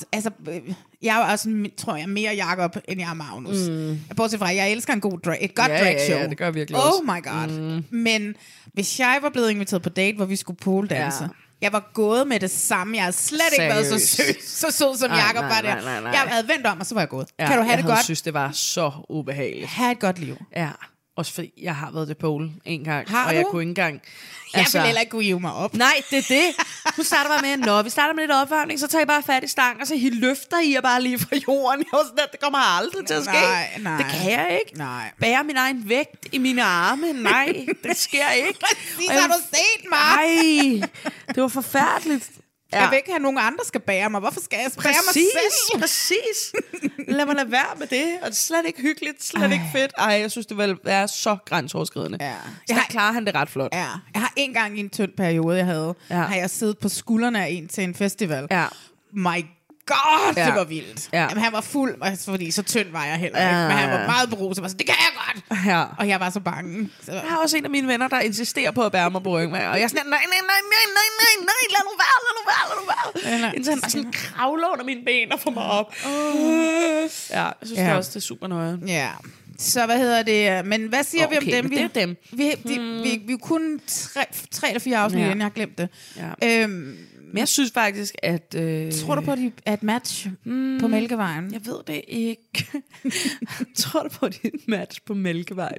var også, tror jeg, mere Jacob, end jeg er Magnus. Bortset fra, jeg elsker et godt drag-show. Ja, det gør jeg virkelig også. Oh my god. Men hvis jeg var blevet inviteret på date, hvor vi skulle poledanse, jeg var gået med det samme. Jeg havde slet ikke været så sød som Jacob var der. Jeg havde vendt om, og så var jeg gået. Ja, kan du have det godt? Jeg synes, det var så ubehageligt. Ha' et godt liv. Ja, også fordi jeg har været til pole en gang. Har og du? jeg kunne ikke engang... Jeg vil heller ikke kunne hive mig op. Nej, det er det. Hun starter bare med, vi starter med lidt opvarmning, så tager I bare fat i stang, og så løfter I bare lige fra jorden. Jeg var sådan, det kommer aldrig til at ske. Nej. Det kan jeg ikke. Nej. Bære min egen vægt i mine arme. Nej, det sker ikke. Præcis, har du set mig? Nej, det var forfærdeligt. Jeg vil ikke have nogen andre skal bære mig. Hvorfor skal jeg bære mig selv? Præcis. Lad mig lade være med det. Og det er slet ikke hyggeligt, slet ikke fedt. Jeg synes, det vil være så grænseoverskridende. Ja. Så klarer han det ret flot. Ja. Jeg har en gang i en tynd periode, har jeg siddet på skuldrene af en til en festival. Ja. My God, det var vildt. Ja. Jamen, han var fuld, fordi så tynd var jeg heller ikke. Men han var meget beruset. Så det kan jeg godt. Ja. Og jeg var så bange. Så... Jeg har også en af mine venner, der insisterer på at bære mig på ryggen. Og jeg er sådan, nej, lad nu være. Indtil han bare sådan kravler under mine ben og får mig op. Ja, jeg synes det også, det er super nøje. Ja. Så hvad hedder det? Men hvad siger vi om dem? Det er dem. Vi er kun 3 eller 4 afsnit, inden jeg har glemt det. Ja. Men jeg synes faktisk, at... Tror du på, at de er et match på Mælkevejen? Jeg ved det ikke. Tror du på, at de er et match på Mælkevejen?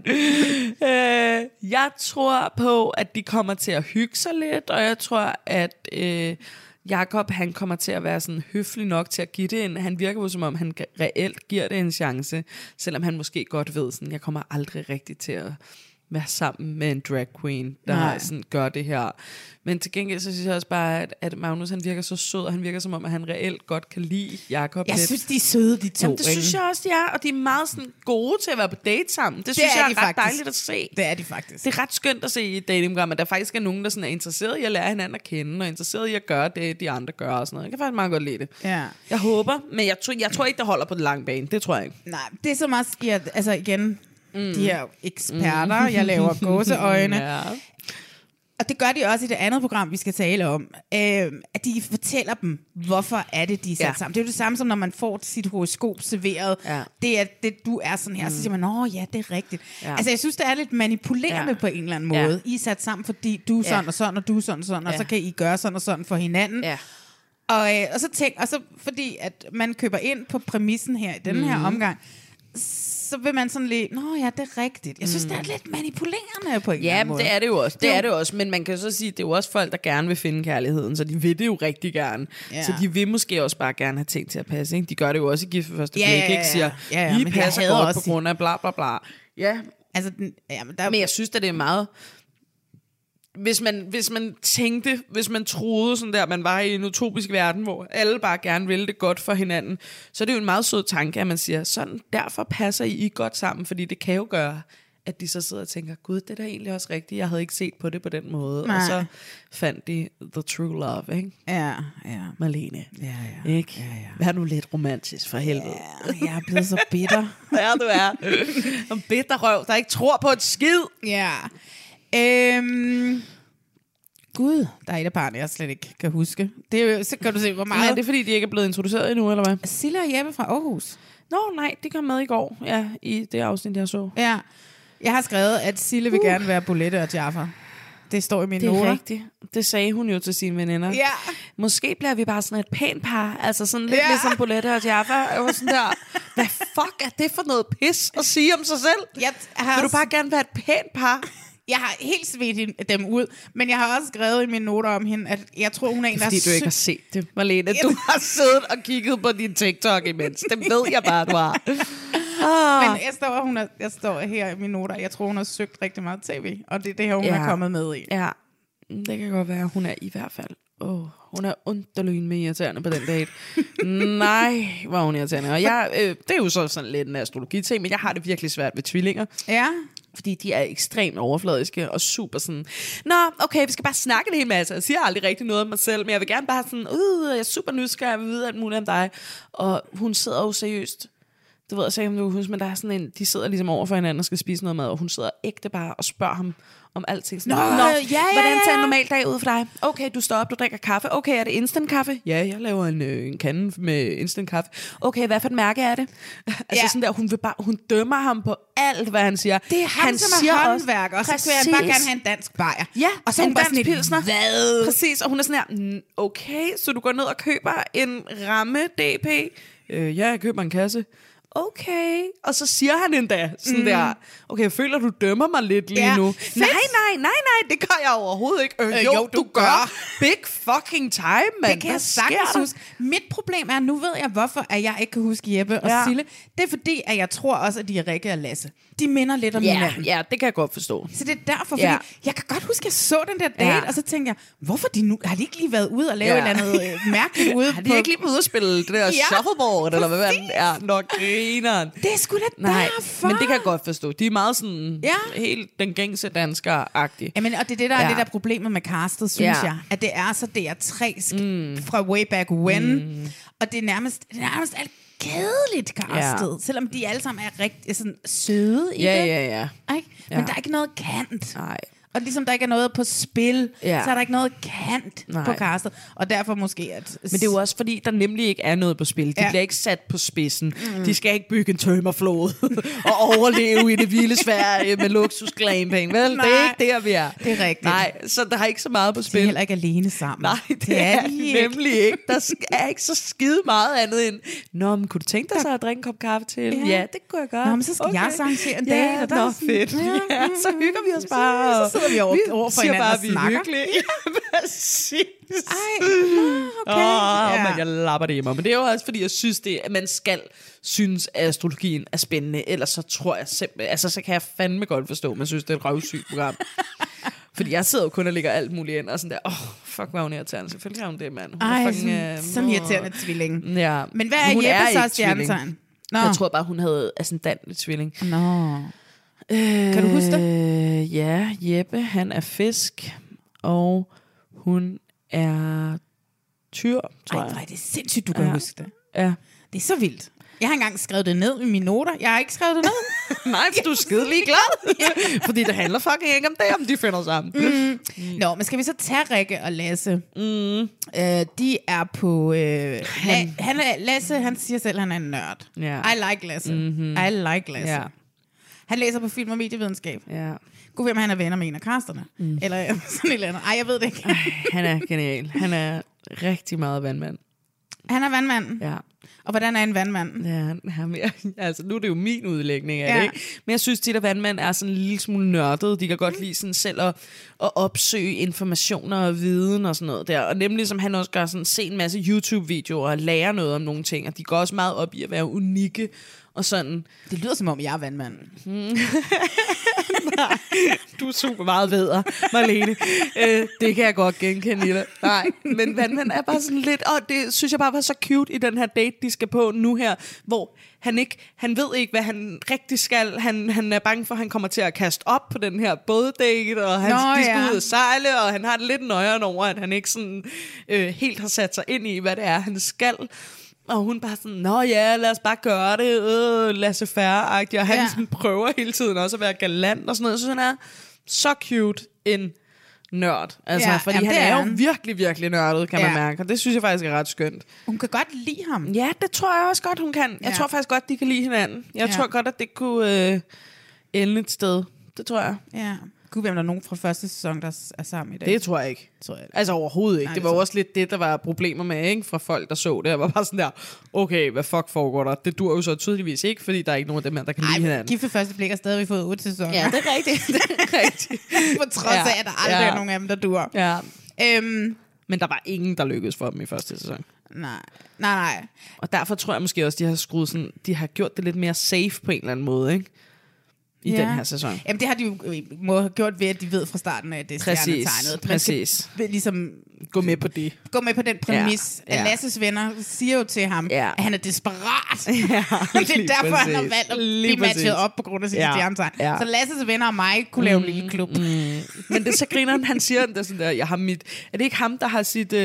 Jeg tror på, at de kommer til at hygge sig lidt, og jeg tror, at Jacob, han kommer til at være sådan høflig nok til at give det en... Han virker jo, som om han reelt giver det en chance, selvom han måske godt ved, sådan, jeg kommer aldrig rigtig til at være sammen med en drag queen, der sådan gør det her. Men til gengæld, så synes jeg også bare, at Magnus, han virker så sød, og han virker som om, at han reelt godt kan lide Jacob. Jeg synes, de er søde, de to. Jamen, det synes jeg også, de er, og de er meget sådan gode til at være på date sammen. Det synes jeg er ret dejligt at se. Det er de faktisk. Det er ret skønt at se i datingprogram, at der faktisk er nogen, der sådan er interesseret i at lære hinanden at kende, og interesseret i at gøre det, de andre gør og sådan noget. Jeg kan faktisk meget godt lide det. Ja. Jeg håber, men jeg tror ikke, det holder på den lange bane. Det tror jeg ikke. Nej, det er så meget, altså igen... De her eksperter, jeg laver gåseøjne. Ja. Og det gør de også i det andet program, vi skal tale om. At de fortæller dem, hvorfor er det, de er sat sammen. Det er jo det samme som, når man får sit horoskop serveret. Ja. Det er det, du er sådan her. Så siger man, ja, det er rigtigt. Ja. Altså, jeg synes, det er lidt manipulerende på en eller anden måde. I er sat sammen, fordi du er sådan og sådan, og du er sådan og sådan, og så kan I gøre sådan og sådan for hinanden. Ja. Og så fordi at man køber ind på præmissen her i den her omgang, så vil man sådan lige, det er rigtigt. Jeg synes, det er lidt manipulerende på en eller anden måde. Ja, det er det jo også. Det er det også. Men man kan så sige, det er jo også folk, der gerne vil finde kærligheden, så de vil det jo rigtig gerne. Ja. Så de vil måske også bare gerne have ting til at passe. Ikke? De gør det jo også i Gift ved første blik, ikke? Siger, I passer godt på grund af bla bla bla. Ja. Altså, men jeg synes, at det er meget... Hvis man troede sådan der, man var i en utopisk verden, hvor alle bare gerne ville det godt for hinanden, så er det jo en meget sød tanke, at man siger, sådan derfor passer I godt sammen, fordi det kan jo gøre, at de så sidder og tænker, gud, det er da egentlig også rigtigt, jeg havde ikke set på det på den måde. Nej. Og så fandt de the true love, ikke? Ja. Marlene. Ja. Ikke? Ja. Vær nu lidt romantisk, for helvede. Ja, jeg er blevet så bitter. Ja, du er. En bitter røv, der ikke tror på et skid. Ja. Gud, der er et af parerne, jeg slet ikke kan huske. Det er jo, så kan du se, hvor meget... Ja, det er fordi, de ikke er blevet introduceret endnu, eller hvad? Silla og Jeppe fra Aarhus. Nej, de kom med i går, i det afsnit, jeg så. Ja, jeg har skrevet, at Sille vil gerne være Bolette og Jaffa. Det står i mine noter. Det er rigtigt. Det sagde hun jo til sine veninder. Ja. Måske bliver vi bare sådan et pænt par. Altså sådan lidt ligesom Bolette og Jaffa. Jeg var sådan der, hvad fuck er det for noget pis at sige om sig selv? Vil du bare gerne være et pænt par? Jeg har helt svedt dem ud, men jeg har også skrevet i mine noter om hende, at jeg tror, hun er en, der... Fordi du ikke har set det, Marlene. Du har siddet og kigget på din TikTok imens. Det ved jeg bare, du har. Men jeg står her i mine noter, jeg tror, hun har søgt rigtig meget tv, og det er det her, hun er kommet med i. Ja. Det kan godt være, hun er i hvert fald. Hun er underlyn med irriterende på den date. Nej, hvor hun irriterende. Og det er jo så sådan lidt en astrologi-ting, men jeg har det virkelig svært ved tvillinger. Ja. Fordi de er ekstremt overfladiske og super sådan, nå, okay, vi skal bare snakke en hel masse. Jeg siger aldrig rigtig noget om mig selv, men jeg vil gerne bare sådan, jeg er super nysgerrig, jeg vil vide alt muligt om dig. Og hun sidder jo seriøst. Du ved, jeg sagde, om du husker, men der er sådan en, de sidder ligesom over for hinanden og skal spise noget mad, og hun sidder ægte bare og spørger ham om alting. Sådan, hvordan ser en normal dag ud for dig? Okay, du står op, du drikker kaffe. Okay, er det instant kaffe? Ja, jeg laver en kande med instant kaffe. Okay, hvad for et mærke er det? Altså sådan der, hun dømmer ham på alt, hvad han siger. Det er han som er håndværker, og så skal jeg bare gerne have en dansk bajer. Ja, og så en dansk pilsner. Hvad? Præcis, og hun er sådan her, okay, så du går ned og køber en ramme DP? Ja, jeg køber en kasse. Okay. Og så siger han endda sådan der, okay, jeg føler, du dømmer mig lidt lige nu. Nej, det gør jeg overhovedet ikke. Jo, du gør. Big fucking time, mand. Det kan jeg sagtens huske. Mit problem er, nu ved jeg, hvorfor at jeg ikke kan huske Jeppe og Sille. Det er fordi, at jeg tror også, at de er Rikke og Lasse. De minder lidt om hinanden. Ja, det kan jeg godt forstå. Så det er derfor, fordi jeg kan godt huske, at jeg så den der date, og så tænkte jeg, hvorfor har de ikke lige været ude og lave et eller andet mærkeligt ude? Har de ikke lige været ude og spille det der shuffleboard, eller hvad det er? Nok grineren. Det er sgu da derfor. Men det kan jeg godt forstå. De er meget sådan helt den gængse dansker-agtige. Jamen, og det er det, der er det der problemet med castet, synes jeg. At det er så DR3 fra way back when. Og det er nærmest alt kedeligt castet, selvom de alle sammen er rigtig sådan søde i det. Ja. Men der er ikke noget kant. Nej. Og ligesom der ikke er noget på spil, så er der ikke noget kant på castet. Og derfor måske at... Men det er jo også fordi, der nemlig ikke er noget på spil. De bliver ikke sat på spidsen. De skal ikke bygge en tømmerflåde og overleve i det vilde Sverige med luksus glamping. Vel, det er ikke der, vi er. Det er rigtigt. Nej, så der er ikke så meget på spil. De er heller ikke alene sammen. Nej, det er nemlig ikke. Der er ikke så skide meget andet end, nå, men kunne du tænke dig så at drikke en kop kaffe til? Ja, det kunne jeg godt. Nå, men så skal jeg arrangere en dag. Ja, nå, fedt. Ja, så hygger vi os bare. Vi over for hinanden og snakker. Ja, præcis. Okay. Men jeg lapper det i mig. Men det er jo også fordi, jeg synes, at man skal synes, at astrologien er spændende. Ellers så tror jeg simpelthen... Altså, så kan jeg fandme godt forstå, at man synes, det er et røvsygt program. Fordi jeg sidder jo kun og lægger alt muligt ind, og sådan der, fuck, hvad hun er irriterende. Selvfølgelig er hun det, mand. Sådan irriterende tvilling. Ja. Men hvad er Jeppe så stjernetegn? Jeg tror bare, hun havde ascendant tvilling. Nå. Kan du huske det? Ja, Jeppe, han er fisk, og hun er tyr, tror jeg. Nej, det er sindssygt, du kan huske det. Ja. Det er så vildt. Jeg har engang skrevet det ned i mine noter. Jeg har ikke skrevet det ned. Nej, for du er skide ligeglad. Fordi det handler fucking ikke om det, om de finder sammen. Nå, men skal vi så tage Rikke og Lasse? De er på... Lasse, han siger selv, at han er en nørd. I like Lasse. I like Lasse. Yeah. Han læser på film- og medievidenskab. Gud ved, om han er venner med en af casterne. Eller sådan et eller andet. Ej, jeg ved det ikke. Han er genial. Han er rigtig meget vandmand. Han er vandmand? Ja. Og hvordan er en vandmand? Ja, altså nu er det jo min udlægning af det, ikke? Men jeg synes tit, at vandmænd er sådan en lille smule nørdet. De kan godt lide sådan selv at opsøge informationer og viden og sådan noget der. Og nemlig som han også gør, sådan se en masse YouTube-videoer og lære noget om nogle ting. Og de går også meget op i at være unikke og sådan. Det lyder som om, jeg er vandmand. Nej, du er super meget vedder, Marlene. Det kan jeg godt genkende i dig. Nej, men vandmand er bare sådan lidt, og det synes jeg bare var så cute i den her date, de skal på nu her, hvor han ved ikke, hvad han rigtig skal. Han er bange for, at han kommer til at kaste op på den her båddate, og de skal ud og sejle, og han har det lidt nøjeren over, at han ikke sådan helt har sat sig ind i, hvad det er, han skal. Og hun bare sådan, nå ja, lad os bare gøre det, laissez-faire-agtigt. Og han sådan prøver hele tiden også at være galant og sådan noget. Så han er så cute en nørd. Altså, fordi han er jo virkelig, virkelig nørdet, kan man mærke. Og det synes jeg faktisk er ret skønt. Hun kan godt lide ham. Ja, det tror jeg også godt, hun kan. Jeg tror faktisk godt, de kan lide hinanden. Jeg tror godt, at det kunne ende et sted. Det tror jeg. Ja. Gud, hvem der er nogen fra første sæson, der er sammen i dag? Det tror jeg ikke. Altså overhovedet ikke. Nej, det var også lidt det, der var problemer med, ikke? Fra folk, der så det. Jeg var bare sådan der, okay, hvad fuck foregår der? Det dur jo så tydeligvis ikke, fordi der er ikke nogen af dem her, der kan lide hinanden. Gift ved første blik har stadig fået 8 sæsoner. Ja, det er rigtigt. Det er rigtigt. På trods af, at der aldrig er nogen af dem, der dur. Ja. Men der var ingen, der lykkedes for dem i første sæson. Nej. Og derfor tror jeg måske også, de har skruet sådan, de har gjort det lidt mere safe på en eller anden måde, ikke? i den her sæson. Jamen, det har de jo må have gjort ved, at de ved fra starten af, at det er stjernetegnet. Præcis. Ligesom gå med på det. Gå med på den præmis. Ja. Lasses venner siger jo til ham, at han er desperat. Det er derfor, han har valgt at blive matchet op på grund af sit stjernetegn. Ja. Så Lasses venner og mig kunne lave en lille klub. Men det så griner han siger, det er sådan der, jeg har mit... Er det ikke ham, der har sit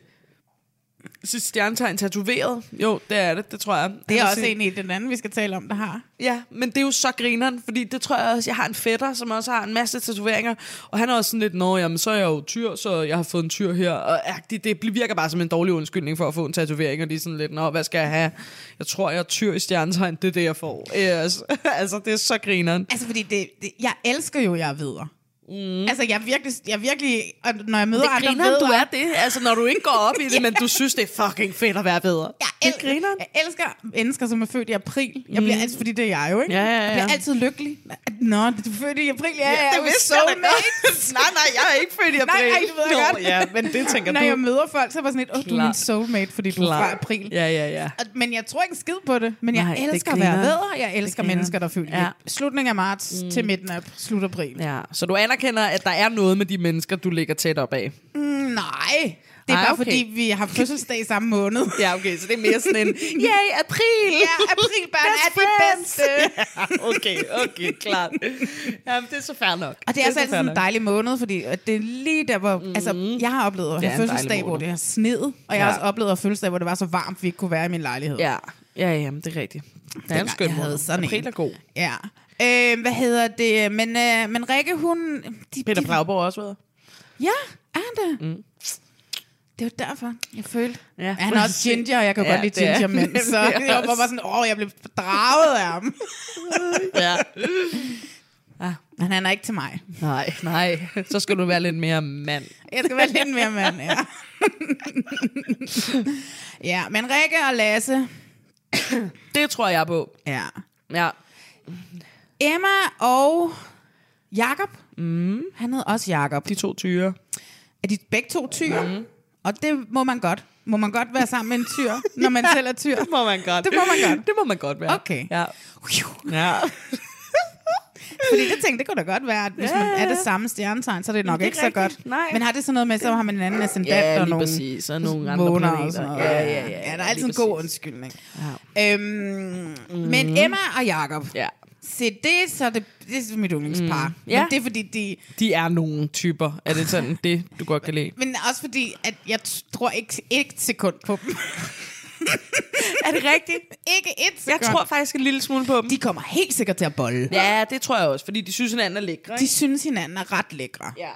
stjernetegn tatoveret? Jo, det er det tror jeg. Det er også en i den anden, vi skal tale om, der har. Ja, men det er jo så grineren, fordi det tror jeg også, jeg har en fætter, som også har en masse tatoveringer, og han er også sådan lidt, jamen så er jeg jo tyr, så jeg har fået en tyr her, og det virker bare som en dårlig undskyldning for at få en tatovering, og de er sådan lidt, hvad skal jeg have? Jeg tror, jeg er tyr i stjernetegn, det er det, jeg får. Yes. Altså, det er så grineren. Altså, fordi jeg elsker jo, jeg ved. Altså, jeg virkelig, og når jeg møder andre vedere... du er det, altså når du ikke går op i det, men du synes, det er fucking fedt at være bedre. Jeg elsker mennesker, som er født i april. Jeg bliver altid, fordi det er jeg jo, ikke? Ja. Jeg bliver altid lykkelig. Nå, du er født i april, jeg er jo soulmate. Nej, jeg er ikke født i april. Nej, du ved jeg godt. Ja, men det tænker når du. Når jeg møder folk, så var sådan lidt, du er min soulmate, fordi du er fra april. Ja. Men jeg tror ikke skid på det, men jeg elsker at være vædder. Jeg elsker mennesker, der er født i slutningen af marts til midten af slut april. Ja, så du anerkender, at der er noget med de mennesker, du ligger tæt op af? Nej. Det er bare fordi, vi har fødselsdag i samme måned. Ja, okay, så det er mere sådan en, yay, april! Ja, aprilbørn er de bedste. Ja, okay, klart. Jamen, det er så fair nok. Og det er altså altid en dejlig måned, fordi det er lige der, hvor... Altså, jeg har oplevet at have fødselsdag, hvor det har sneet, og jeg har også oplevet at have fødselsdag, hvor det var så varmt, vi ikke kunne være i min lejlighed. Ja, det er rigtigt. Det er en skøn måned. April er god. Ja. Hvad hedder det? Men Rikke, hun... Peter Bragborg også været. Ja, er han det? Det var derfor, jeg følte. Ja. Han er også ginger, og jeg kan godt lide ginger mænd. Så jeg var bare sådan, jeg blev draget af ham. Ja. Men han er ikke til mig. Nej. Så skal du være lidt mere mand. Jeg skal være lidt mere mand, ja. Ja, men Rikke og Lasse... Det tror jeg på. Ja. Emma og Jakob. Han hed også Jakob. De 2 tyre. Er de begge 2 tyre? Og det må man godt. Må man godt være sammen med en tyr, når man selv er tyr? Det må man godt. Det må man godt være. Okay. Ja. Fordi det tænkte, det kunne da godt være, at hvis man er det samme stjernetegn, så er det nok ikke så godt. Nej. Men har det sådan noget med, så har man en anden ascendant og nogle præcis, og nogle andre planeter. Ja, der er altid en god undskyldning. Ja. Men Emma og Jakob. Ja. Se, det er mit yndlingspar. Ja. Men det er fordi, de er nogle typer. Er det sådan det, du godt kan lide? Men også fordi, at jeg tror ikke et sekund på dem. Er det rigtigt? Ikke et sekund. Jeg tror faktisk en lille smule på dem. De kommer helt sikkert til at bolle. Ja, det tror jeg også, fordi de synes hinanden er lækre. Ikke? De synes hinanden er ret lækre. Ja.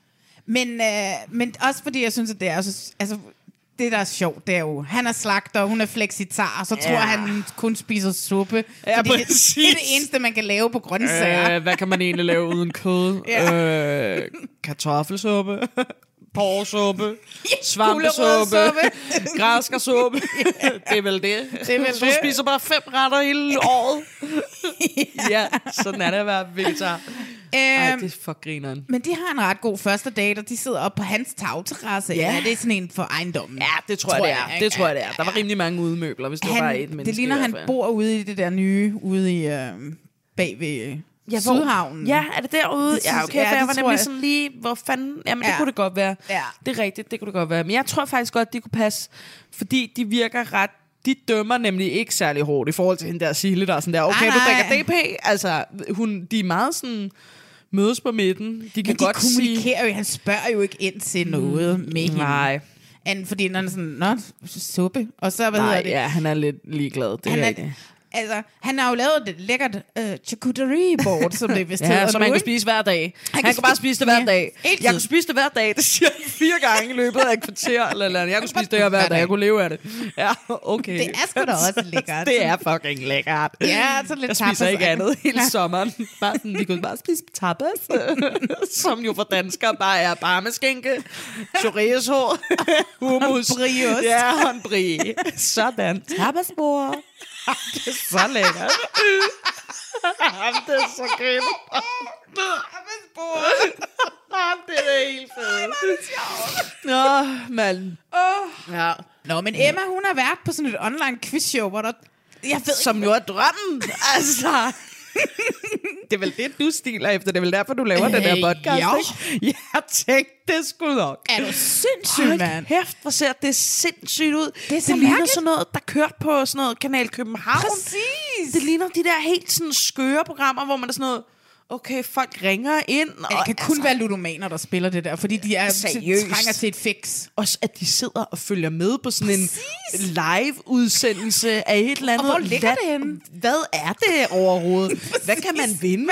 Men også fordi jeg synes, at det er så, altså det der er sjovt, det er jo, han er slagter, hun er flexitar, og så tror han kun spiser suppe. Ja, fordi det er det eneste, man kan lave på grøntsager. Hvad kan man egentlig lave uden kød? Kartoffelsuppe. Porsuppe, svampesuppe, græskarsuppe. Det er vel det. Så du spiser bare 5 retter hele året. Ja, sådan er det at være vegetar. Ej, det er for grineren. Men de har en ret god første date, og de sidder oppe på hans tagterrasse. Ja, det er sådan en for ejendommen. Ja, det tror jeg det er. Det tror jeg det er. Der var rimelig mange udemøbler, hvis det var bare et menneske. Det ligner, han bor ude i det der nye, ude i bagved... Ja, Sydhavnen. Ja, er det derude? Ja, okay, for jeg var nemlig sådan lige, hvor fanden... Jamen, det kunne det godt være. Ja. Det er rigtigt, det kunne det godt være. Men jeg tror faktisk godt, de kunne passe, fordi de virker ret... De dømmer nemlig ikke særlig hårdt i forhold til hende der Sille, der er sådan der, okay, du drikker DP. Altså, de er meget sådan... Mødes på midten. De kan godt kommunikerer jo, han spørger jo ikke ind til noget med hende. Nej. Fordi han er sådan, suppe. Og så, hvad hedder det? Ja, han er lidt ligeglad. Det er rigtigt. Altså, han har jo lavet et lækkert charcuterie-board, som det vist hedder. Som han kan spise hver dag. Han kan bare spise det hver dag. Jeg kunne spise det hver dag, det siger han 4 gange i løbet af et kvarter. Eller. Jeg kunne spise det her hver dag, jeg kunne leve af det. Ja, okay. Det er sgu da også lækkert. Det er fucking lækkert. Ja, så lidt tapas. Jeg spiser ikke andet hele sommeren. Vi kunne bare spise tapas, som jo for danskere bare er parmeskinke, chorizo, hummus. Brioche. Ja, og en brie. Sådan. Tapasbord. Det er så lækkert. Det er så grimt. Det er helt fedt. Nå, mand. Ja. Nå, men Emma, hun har været på sådan et online quizshow, hvor der... Som jo er drømmen. Altså... Det er vel det, du stiler efter. Det er vel derfor, du laver den her podcast, ikke? Jeg tænkte, det skulle nok. Er du sindssygt, mand? Hæft, hvor ser det sindssygt ud. Det ligner sådan noget, der kørte på sådan noget Kanal København. Præcis. Det ligner de der helt sådan skøre programmer, hvor man er sådan noget... Okay, folk ringer ind. Og det kan kun være ludomaner, der spiller det der, fordi de er trænger til et fix. Også at de sidder og følger med på sådan en live-udsendelse af et eller andet. Og hvor ligger det henne? Hvad er det overhovedet? Hvad kan man vinde?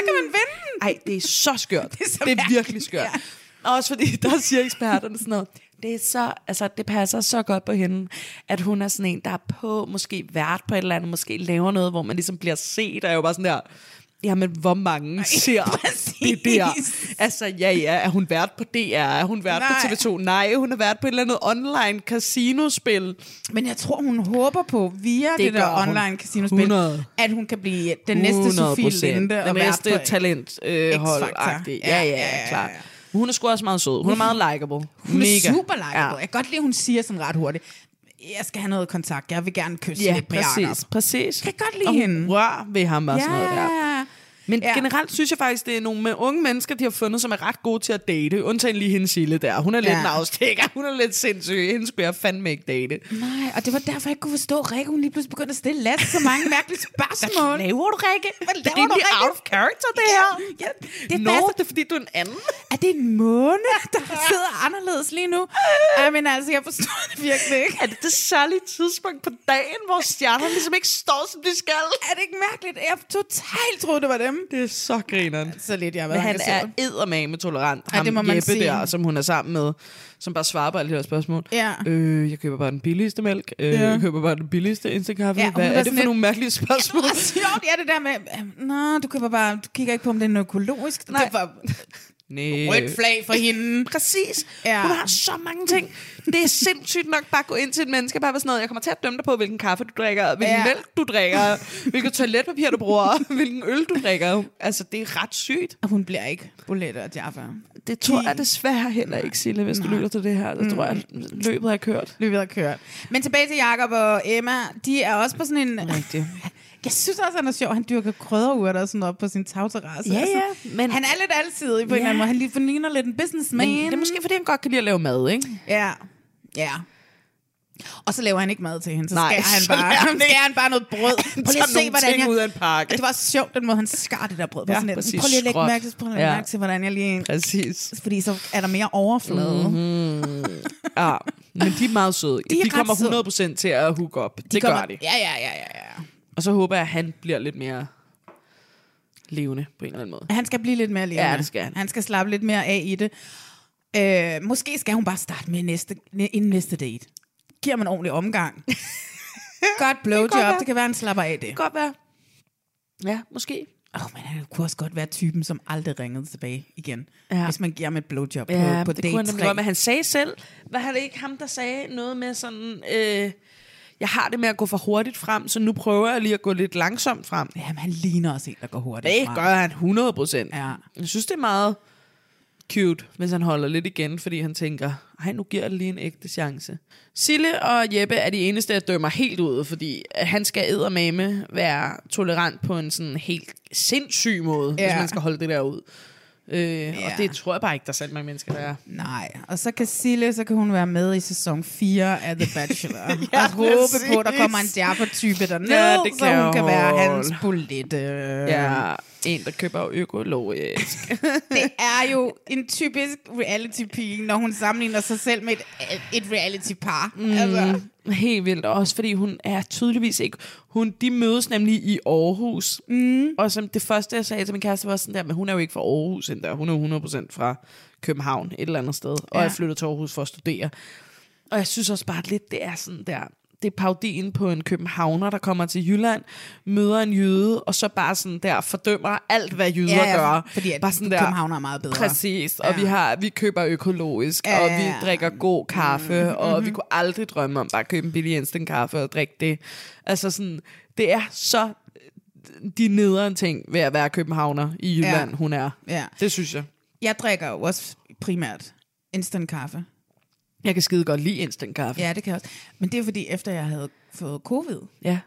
Ej, det er så skørt. Det er virkelig skørt. Ja. Og også fordi, der siger eksperterne sådan noget. Det er så, altså det passer så godt på hende, at hun er sådan en, der er på, måske vært på et eller andet, måske laver noget, hvor man ligesom bliver set, og er jo bare sådan der... Jamen, hvor mange ser det der? Altså, er hun vært på DR? Er hun vært på TV2? Nej, hun er vært på et eller andet online casinospil. Men jeg tror, hun håber på, via det der online casinospil, 100. At hun kan blive den næste Sofie Linde. Den næste talenthold-agtig. Ja, klar. Hun er sgu også meget sød. Hun er meget likeable. Hun er super likeable. Jeg kan godt lide, hun siger sådan ret hurtigt. Jeg skal have noget kontakt. Jeg vil gerne kysse lidt med Jacob. Præcis. Jeg kan godt lide hende. Og rør ved ham og sådan noget der. Men generelt synes jeg faktisk, det er nogle unge mennesker, de har fundet, som er ret gode til at date. Undtagen lige hende Sille der. Hun er lidt en afstikker. Hun er lidt sindssyg. Hende skulle jeg fandme ikke date. Nej, og det var derfor, jeg ikke kunne forstå, at Rikke, hun lige pludselig begyndte at stille Lasse så mange mærkelige spørgsmål. Hvad laver du, Rikke? Det er rimelig out of character, det her. Ja, det er fordi, du er en anden. Er det en måne, der sidder anderledes lige nu? Men altså, jeg forstår det virkelig ikke. Er det særlige tidspunkt på dagen, hvor stjernerne ligesom ikke står, som de skal? Er det ikke mærkeligt? Jeg totalt troede, det var dem. Det er så grineren. Så lidt, jeg men han er eddermame tolerant. Ja, det må man Jeppe sige. Der, som hun er sammen med, som bare svarer på alle de her spørgsmål. Ja. Jeg køber bare den billigste mælk. Jeg køber bare den billigste instakaffe. Ja, hvad er det for nogle mærkelige spørgsmål? Ja, det der med, du kigger ikke på, om det er økologisk. Nej. Det var rødt flag for hende. Præcis. Ja. Hun har så mange ting. Det er sindssygt nok bare at gå ind til et menneske, bare sådan noget. Jeg kommer til at dømme dig på, hvilken kaffe du drikker, hvilken mælk du drikker, hvilket toiletpapir du bruger, hvilken øl du drikker. Altså, det er ret sygt. Og hun bliver ikke Bolette og Jaffa. Det tror jeg desværre heller ikke, Sille, hvis du lytter til det her. Det tror jeg, løbet er kørt. Men tilbage til Jacob og Emma. De er også på sådan en... Rigtig. Jeg synes også, han er sjov. Han dyrker krydderurter og sådan op på sin tagterrasse. Ja, men han er lidt altidig på en eller anden måde. Han ligner lidt en businessman. Men det er måske, fordi han godt kan lide at lave mad, ikke? Ja. Og så laver han ikke mad til hende. Så skærer han bare noget brød. Prøv lige at se, hvordan ud af en pakke. Det var sjovt, den måde han skar det der brød. Ja, sådan præcis. Prøv lige at lægge mærke til, hvordan jeg lige... Præcis. Fordi så er der mere overflade. Ja, men de er meget søde. De kommer 100% til at hook op. Det gør de. Ja. Og så håber jeg, at han bliver lidt mere levende på en eller anden måde. Han skal blive lidt mere levende. Ja, det skal han. Han skal slappe lidt mere af i det. Måske skal hun bare starte med næste date. Giver man en ordentlig omgang. Godt blowjob. Det kan være, han slapper af det. Det kan godt være. Ja, måske. Men han kunne også godt være typen, som aldrig ringede tilbage igen. Ja. Hvis man giver ham et blowjob på det date 3. Men han sagde selv, var det ikke ham, der sagde noget med sådan... jeg har det med at gå for hurtigt frem, så nu prøver jeg lige at gå lidt langsomt frem. Jamen, han ligner også en, der går hurtigt frem. Det gør han 100%. Ja. Jeg synes, det er meget cute, hvis han holder lidt igen, fordi han tænker, nu giver jeg lige en ægte chance. Sille og Jeppe er de eneste, der dømmer helt ud, fordi han skal eddermame være tolerant på en sådan helt sindssyg måde, hvis man skal holde det der ud. Og det tror jeg bare ikke, der er særlig mange mennesker, der er. Nej, og så kan Sille, så kan hun være med i sæson 4 af The Bachelor. Og håbe på, at der kommer en Jaffa-type dernede, så hun kan være hans Bolette. Ja, en, der køber økologisk. Det er jo en typisk reality-pige, når hun sammenligner sig selv med et reality-par. Altså. Helt vildt, også fordi hun er tydeligvis ikke... De mødes nemlig i Aarhus. Og som det første, jeg sagde til min kæreste, var sådan der, men hun er jo ikke fra Aarhus endda. Hun er 100% fra København, et eller andet sted. Og jeg flyttede til Aarhus for at studere. Og jeg synes også bare lidt, det er sådan der... Det er parodien på en københavner, der kommer til Jylland, møder en jøde, og så bare sådan der fordømmer alt, hvad jøder gør. Fordi bare sådan der, københavner er meget bedre. Præcis, og vi køber økologisk, og vi drikker god kaffe, og vi kunne aldrig drømme om bare at købe en billig instant kaffe og drikke det. Altså sådan, det er så de nederen ting ved at være københavner i Jylland, hun er. Ja. Det synes jeg. Jeg drikker jo også primært instant kaffe. Jeg kan skide godt lide instant kaffe. Ja, det kan jeg også. Men det er fordi, efter jeg havde fået covid,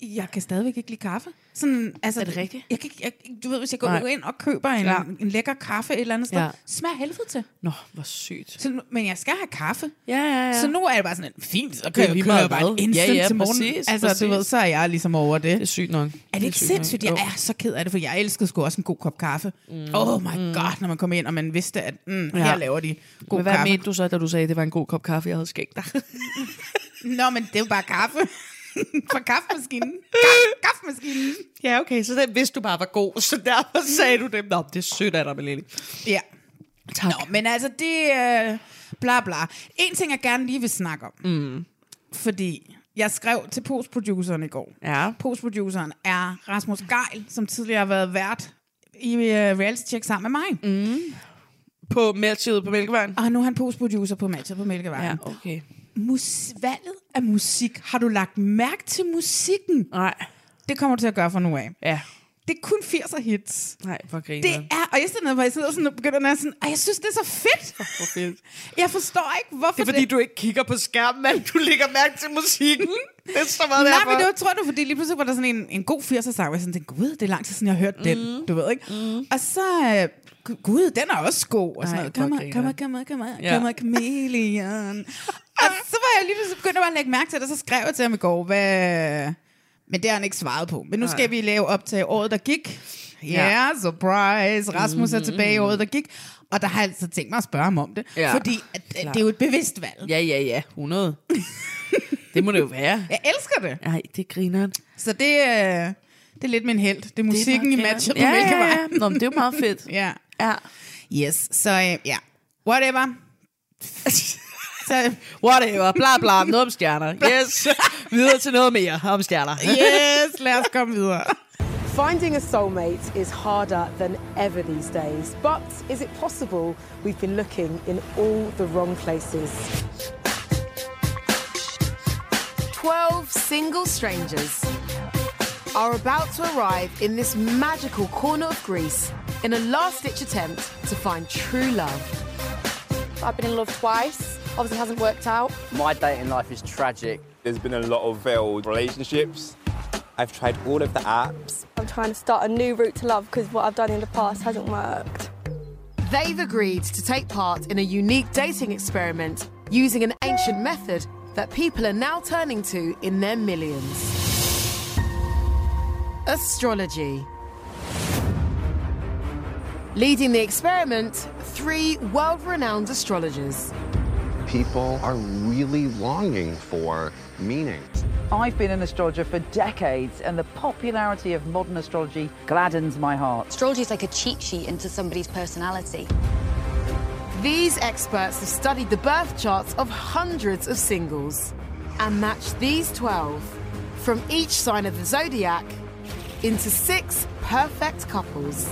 Jeg kan stadigvæk ikke lide kaffe. Sådan, altså, er det rigtigt? Du ved, hvis jeg går ind og køber en lækker kaffe et eller andet sted, smager helvede til. Nå, hvor sygt. Så, men jeg skal have kaffe. Ja. Så nu er det bare sådan fint, så køber jeg bare en instant til morgen. Altså, du ved, så er jeg ligesom over det. Det er sygt nok. Er det ikke sindssygt? Jeg er så ked af det, for jeg elskede sgu også en god kop kaffe. Oh my god, når man kommer ind, og man vidste, at her laver de god kaffe. Hvad mente du så, da du sagde, at det var en god kop kaffe, jeg havde skænkt dig? Nå, men det er jo bare kaffe. Fra kaffemaskinen. Kaffemaskinen. Ja, okay, så den vidste du bare var god, så derfor sagde du det. Nå, det er sødt af dig, Malene. Ja. Tak. Nå, men altså, det bla bla. En ting, jeg gerne lige vil snakke om. Fordi jeg skrev til postproduceren i går. Ja. Postproduceren er Rasmus Geil, som tidligere har været vært i Reality Check sammen med mig. På Matchet på Mælkevejen? Og nu er han postproducer på Matchet på Mælkevejen. Ja, okay. Valget af musik. Har du lagt mærke til musikken? Nej. Det kommer du til at gøre fra nu af. Ja. Det er kun 80'er hits. Nej, hvor griner. Det er, og jeg sidder sådan og begynder sådan, jeg synes, det er så fedt. Hvor fedt. Jeg forstår ikke, hvorfor det er fordi, du ikke kigger på skærmen, men du lægger mærke til musikken. Det er så meget derfor. Nej, men det tror du, fordi lige pludselig var der sådan en god 80'er sang, og jeg sådan tænkte, gud, det er lang tid siden, jeg har hørt den. Du ved ikke? Og så, gud, den er også god. Og sådan noget. Come on, chameleon. Og så var jeg lige pludselig begyndt at lægge mærke til det, og så skrev jeg til ham i går, men det har han ikke svaret på. Men nu skal vi lave op til året, der gik. Ja, surprise. Rasmus er tilbage i året, der gik. Og der har jeg altså tænkt mig at spørge ham om det. Ja. Fordi det er jo et bevidst valg. Ja. 100. Det må det jo være. Jeg elsker det. Nej, det griner. Så det er lidt min held. Det er musikken i Matchet på Mælkevejen. Nå, men det er jo meget fedt. Ja. Yes, så ja. Whatever. Whatever, bla bla, noget om stjerner. Yes, videre til noget mere om stjerner. Yes, lad os komme videre. Finding a soulmate is harder than ever these days. But is it possible we've been looking in all the wrong places? 12 single strangers are about to arrive in this magical corner of Greece in a last-ditch attempt to find true love. I've been in love twice. Obviously hasn't worked out. My dating life is tragic. There's been a lot of failed relationships. I've tried all of the apps. I'm trying to start a new route to love because what I've done in the past hasn't worked. They've agreed to take part in a unique dating experiment using an ancient method that people are now turning to in their millions. Astrology. Leading the experiment, 3 world-renowned astrologers. People are really longing for meaning. I've been an astrologer for decades, and the popularity of modern astrology gladdens my heart. Astrology is like a cheat sheet into somebody's personality. These experts have studied the birth charts of hundreds of singles and matched these 12 from each sign of the zodiac into 6 perfect couples.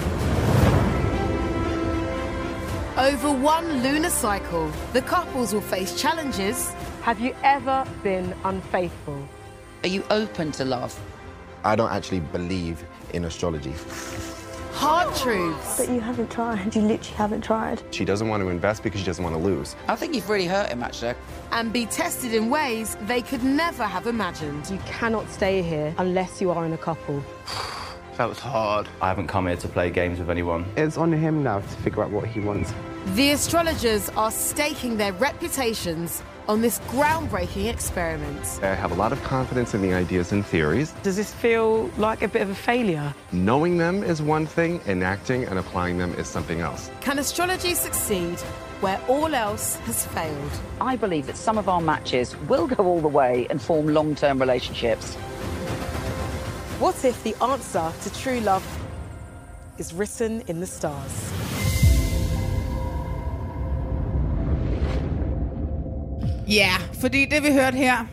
Over 1 lunar cycle, the couples will face challenges. Have you ever been unfaithful? Are you open to love? I don't actually believe in astrology. Hard truths. But you haven't tried. You literally haven't tried. She doesn't want to invest because she doesn't want to lose. I think you've really hurt him, actually. And be tested in ways they could never have imagined. You cannot stay here unless you are in a couple. That was hard. I haven't come here to play games with anyone. It's on him now to figure out what he wants. The astrologers are staking their reputations on this groundbreaking experiment. I have a lot of confidence in the ideas and theories. Does this feel like a bit of a failure? Knowing them is one thing, enacting and applying them is something else. Can astrology succeed where all else has failed? I believe that some of our matches will go all the way and form long-term relationships. What if the answer to true love is written in the stars? Ja, fordi det vi hørte her,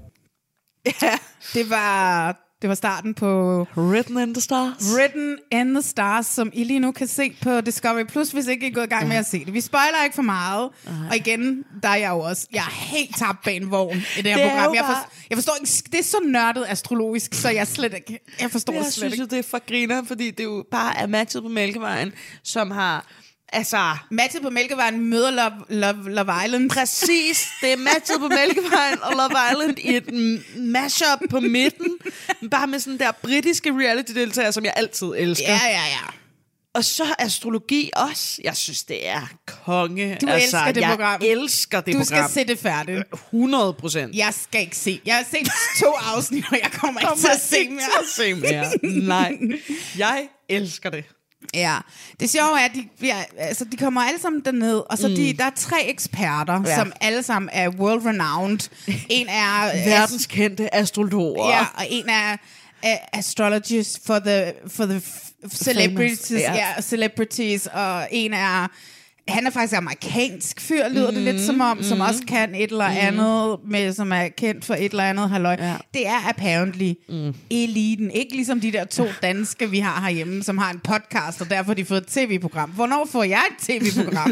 det var starten på Written in the Stars. Written in the Stars, som I lige nu kan se på Discovery Plus, hvis ikke I er gået i gang med at se det. Vi spoiler ikke for meget, og igen, der er jeg jo også. Jeg er helt tabt bag en vogn i det her program. Jeg forstår ikke, det er så nørdet astrologisk, så jeg slet ikke. Jeg forstår slet ikke. Jeg synes jo, det er for griner, fordi det er jo bare er Matchet på Mælkevejen, som har Altså, matchet på Mælkevejen møder Love Island. Præcis, det er matchet på Mælkevejen og Love Island i et mashup på midten. Bare med sådan der britiske reality-deltagere, som jeg altid elsker. Ja. Og så astrologi også. Jeg synes, det er konge. Du elsker det program. Jeg elsker det program. Du skal se det færdigt. 100%. Jeg skal ikke se. Jeg har set 2 afsnit, og jeg kommer ikke til at se mere. Nej, jeg elsker det. Ja, det sjove er, at de kommer alle sammen derned, og så der er 3 eksperter, som alle sammen er world-renowned. En er verdenskendte astrologer. Ja, og en er astrologist for the celebrities, celebrities, og en er han er faktisk amerikansk fyr, lyder det lidt som om, som også kan et eller andet, med, som er kendt for et eller andet halløj. Ja. Det er apparently eliten. Ikke ligesom de der 2 danske, vi har herhjemme, som har en podcast, og derfor har de fået et tv-program. Hvornår får jeg et tv-program?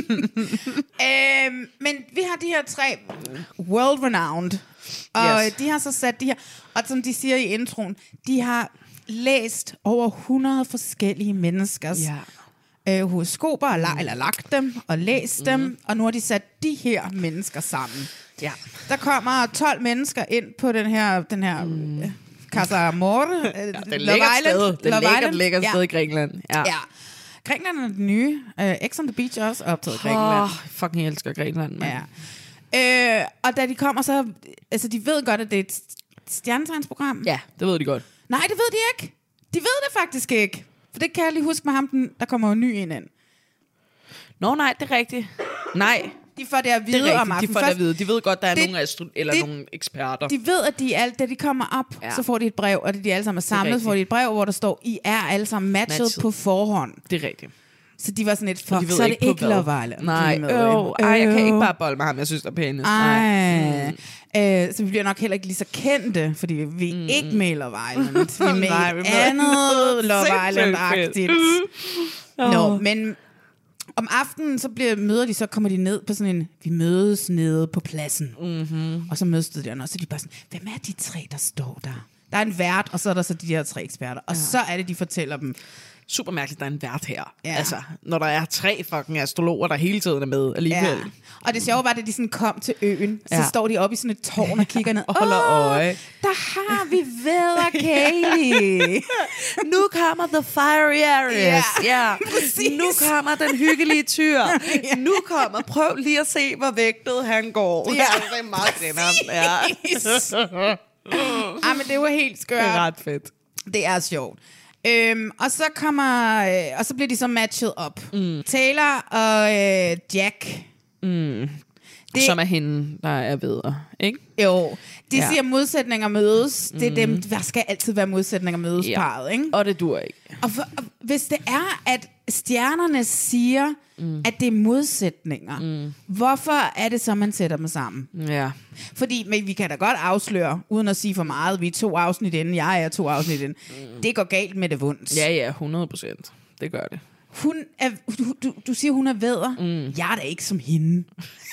Men vi har de her 3 world-renowned, og de har så sat de her, og som de siger i introen, de har læst over 100 forskellige menneskers horoskoper, eller lagt dem og læst dem, og nu har de sat de her mennesker sammen. Ja. Der kommer 12 mennesker ind på den her Casa Amor. Det ligger lækkert sted i Grækenland. Ja. Grækenland er den nye. X on the Beach er også optaget i Grækenland. Fucking elsker Grækenland, man. Ja. Og da de kommer, så altså de ved godt, at det er et stjernetegnsprogram. Ja, det ved de godt. Nej, det ved de ikke. De ved det faktisk ikke. For det kan jeg lige huske med ham, der kommer jo ny ind. Nå, nej, det er rigtigt. Nej. De får det at vide om aftenen. De får det at vide. De ved godt, der er nogle eksperter. De ved, at da de kommer op, så får de et brev, og det de alle sammen er samlet, får de et brev, hvor der står, I er alle sammen matchet på forhånd. Det er rigtigt. Så de var sådan et, fuck, så er det ikke Love Island. Nej, jeg kan ikke bare bolle med ham, jeg synes, der er pænest. Så vi bliver nok heller ikke lige så kendte, fordi vi er ikke med Love Island. Vi er med andet Love Island-agtigt. Men om aftenen, så møder de, så kommer de ned på sådan en, vi mødes nede på pladsen. Og så mødes de der, og så er de bare sådan, hvem er de 3, der står der? Der er en vært, og så er der så de der 3 eksperter. Og så er det, de fortæller dem, super mærkeligt, der er en vært her. Ja. Altså, når der er 3 fucking astrologer, der hele tiden er med alligevel. Ja. Og det sjove var, at de sådan kom til øen, så står de oppe i sådan et tårn og kigger ned. Og holder øje. Der har vi Vedder Kaylee. Nu kommer The Fiery Aries. Ja. Nu kommer den hyggelige tyr. Nu kommer, prøv lige at se, hvor vægtet han går. Ja, det er meget grineren. Ja. Men det var helt skørt. Det er ret fedt. Det er sjovt. Og så og så bliver de så matchet op. Taylor og Jack. Som er hende, der er Vedder, ikke? Jo. De siger, modsætninger mødes. Det er dem, der skal altid være modsætninger mødes parret, ikke? Og det dur ikke. Og hvis det er, at stjernerne siger, at det er modsætninger, hvorfor er det så, man sætter dem sammen? Ja. Fordi vi kan da godt afsløre, uden at sige for meget, vi er 2 afsnit inden, jeg er 2 afsnit inden. Det går galt med det vunds. Ja, 100%. Det gør det. Du siger, hun er Vedder. Jeg er da ikke som hende.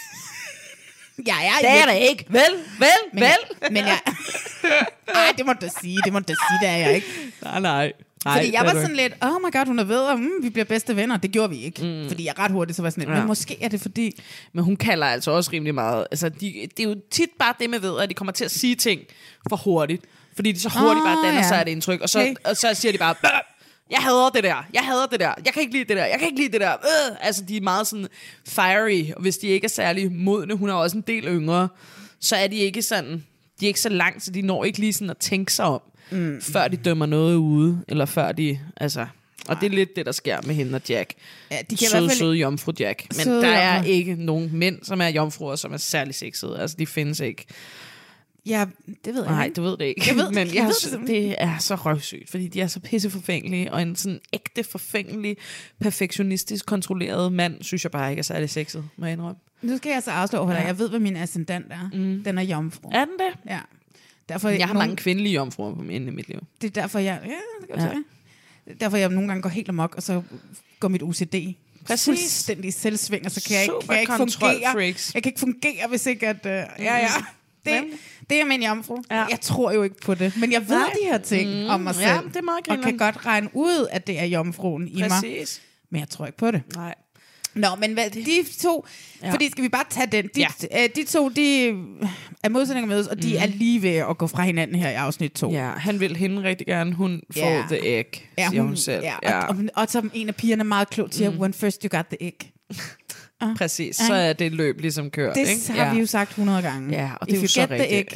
Det er da ikke. Vel. Men jeg... Ej, det må du sige, det er jeg ikke. Nej. Fordi jeg var sådan lidt, oh my god, hun er Vedder, vi bliver bedste venner. Det gjorde vi ikke. Fordi jeg ret hurtigt så var sådan lidt, men måske er det fordi... Men hun kalder altså også rimelig meget... Altså, det er jo tit bare det med Vedder, at de kommer til at sige ting for hurtigt. Fordi de så hurtigt bare danner sig et indtryk. Og så siger de bare... Jeg hader det der. Jeg kan ikke lide det der. Altså, de er meget sådan fiery, og hvis de ikke er særlig modne, hun er også en del yngre, så er de ikke sådan, de er ikke så langt, så de når ikke lige sådan at tænke sig om, før de dømmer noget ude, eller før de, altså... Og det er lidt det, der sker med hende og Jack. Ja, de kan søde jomfru Jack. Men der er ikke nogen mænd, som er jomfruer, som er særlig sexede. Altså, de findes ikke. Ja, det ved jeg. Nej, du ved det ikke. Men det er så røvsygt, fordi de er så pisseforfængelige, og en sådan ægte forfængelig, perfektionistisk kontrolleret mand, synes jeg bare ikke er særlig sexet, må jeg indrømme. Nu skal jeg så afsløre for dig. Jeg ved, hvad min ascendant er. Den er jomfru. Er den det? Ja. Derfor, jeg har mange kvindelige jomfruer på i mit liv. Det er derfor, jeg... Ja, det kan jeg sige. Derfor jeg nogle gange går helt amok, og så går mit OCD fuldstændig selvsving, og så kan jeg ikke fungere. Jeg kan ikke fungere, hvis ikke at... Det er min jomfru. Ja. Jeg tror jo ikke på det, men jeg ved de her ting om mig selv. Det er meget og kan godt regne ud, at det er jomfruen i mig. Men jeg tror ikke på det. Nej. Nå, men de to, fordi skal vi bare tage den, de to, de er modsætninger med os, og de er lige ved at gå fra hinanden her i afsnit 2. Ja, han vil hende rigtig gerne, hun får the egg, siger hun selv. Ja. Og som en af pigerne meget klogt siger, when first you got the egg. Præcis, så er det løb ligesom kørt. Det ikke? har vi jo sagt 100 gange. Ja, og det er jo så rigtigt.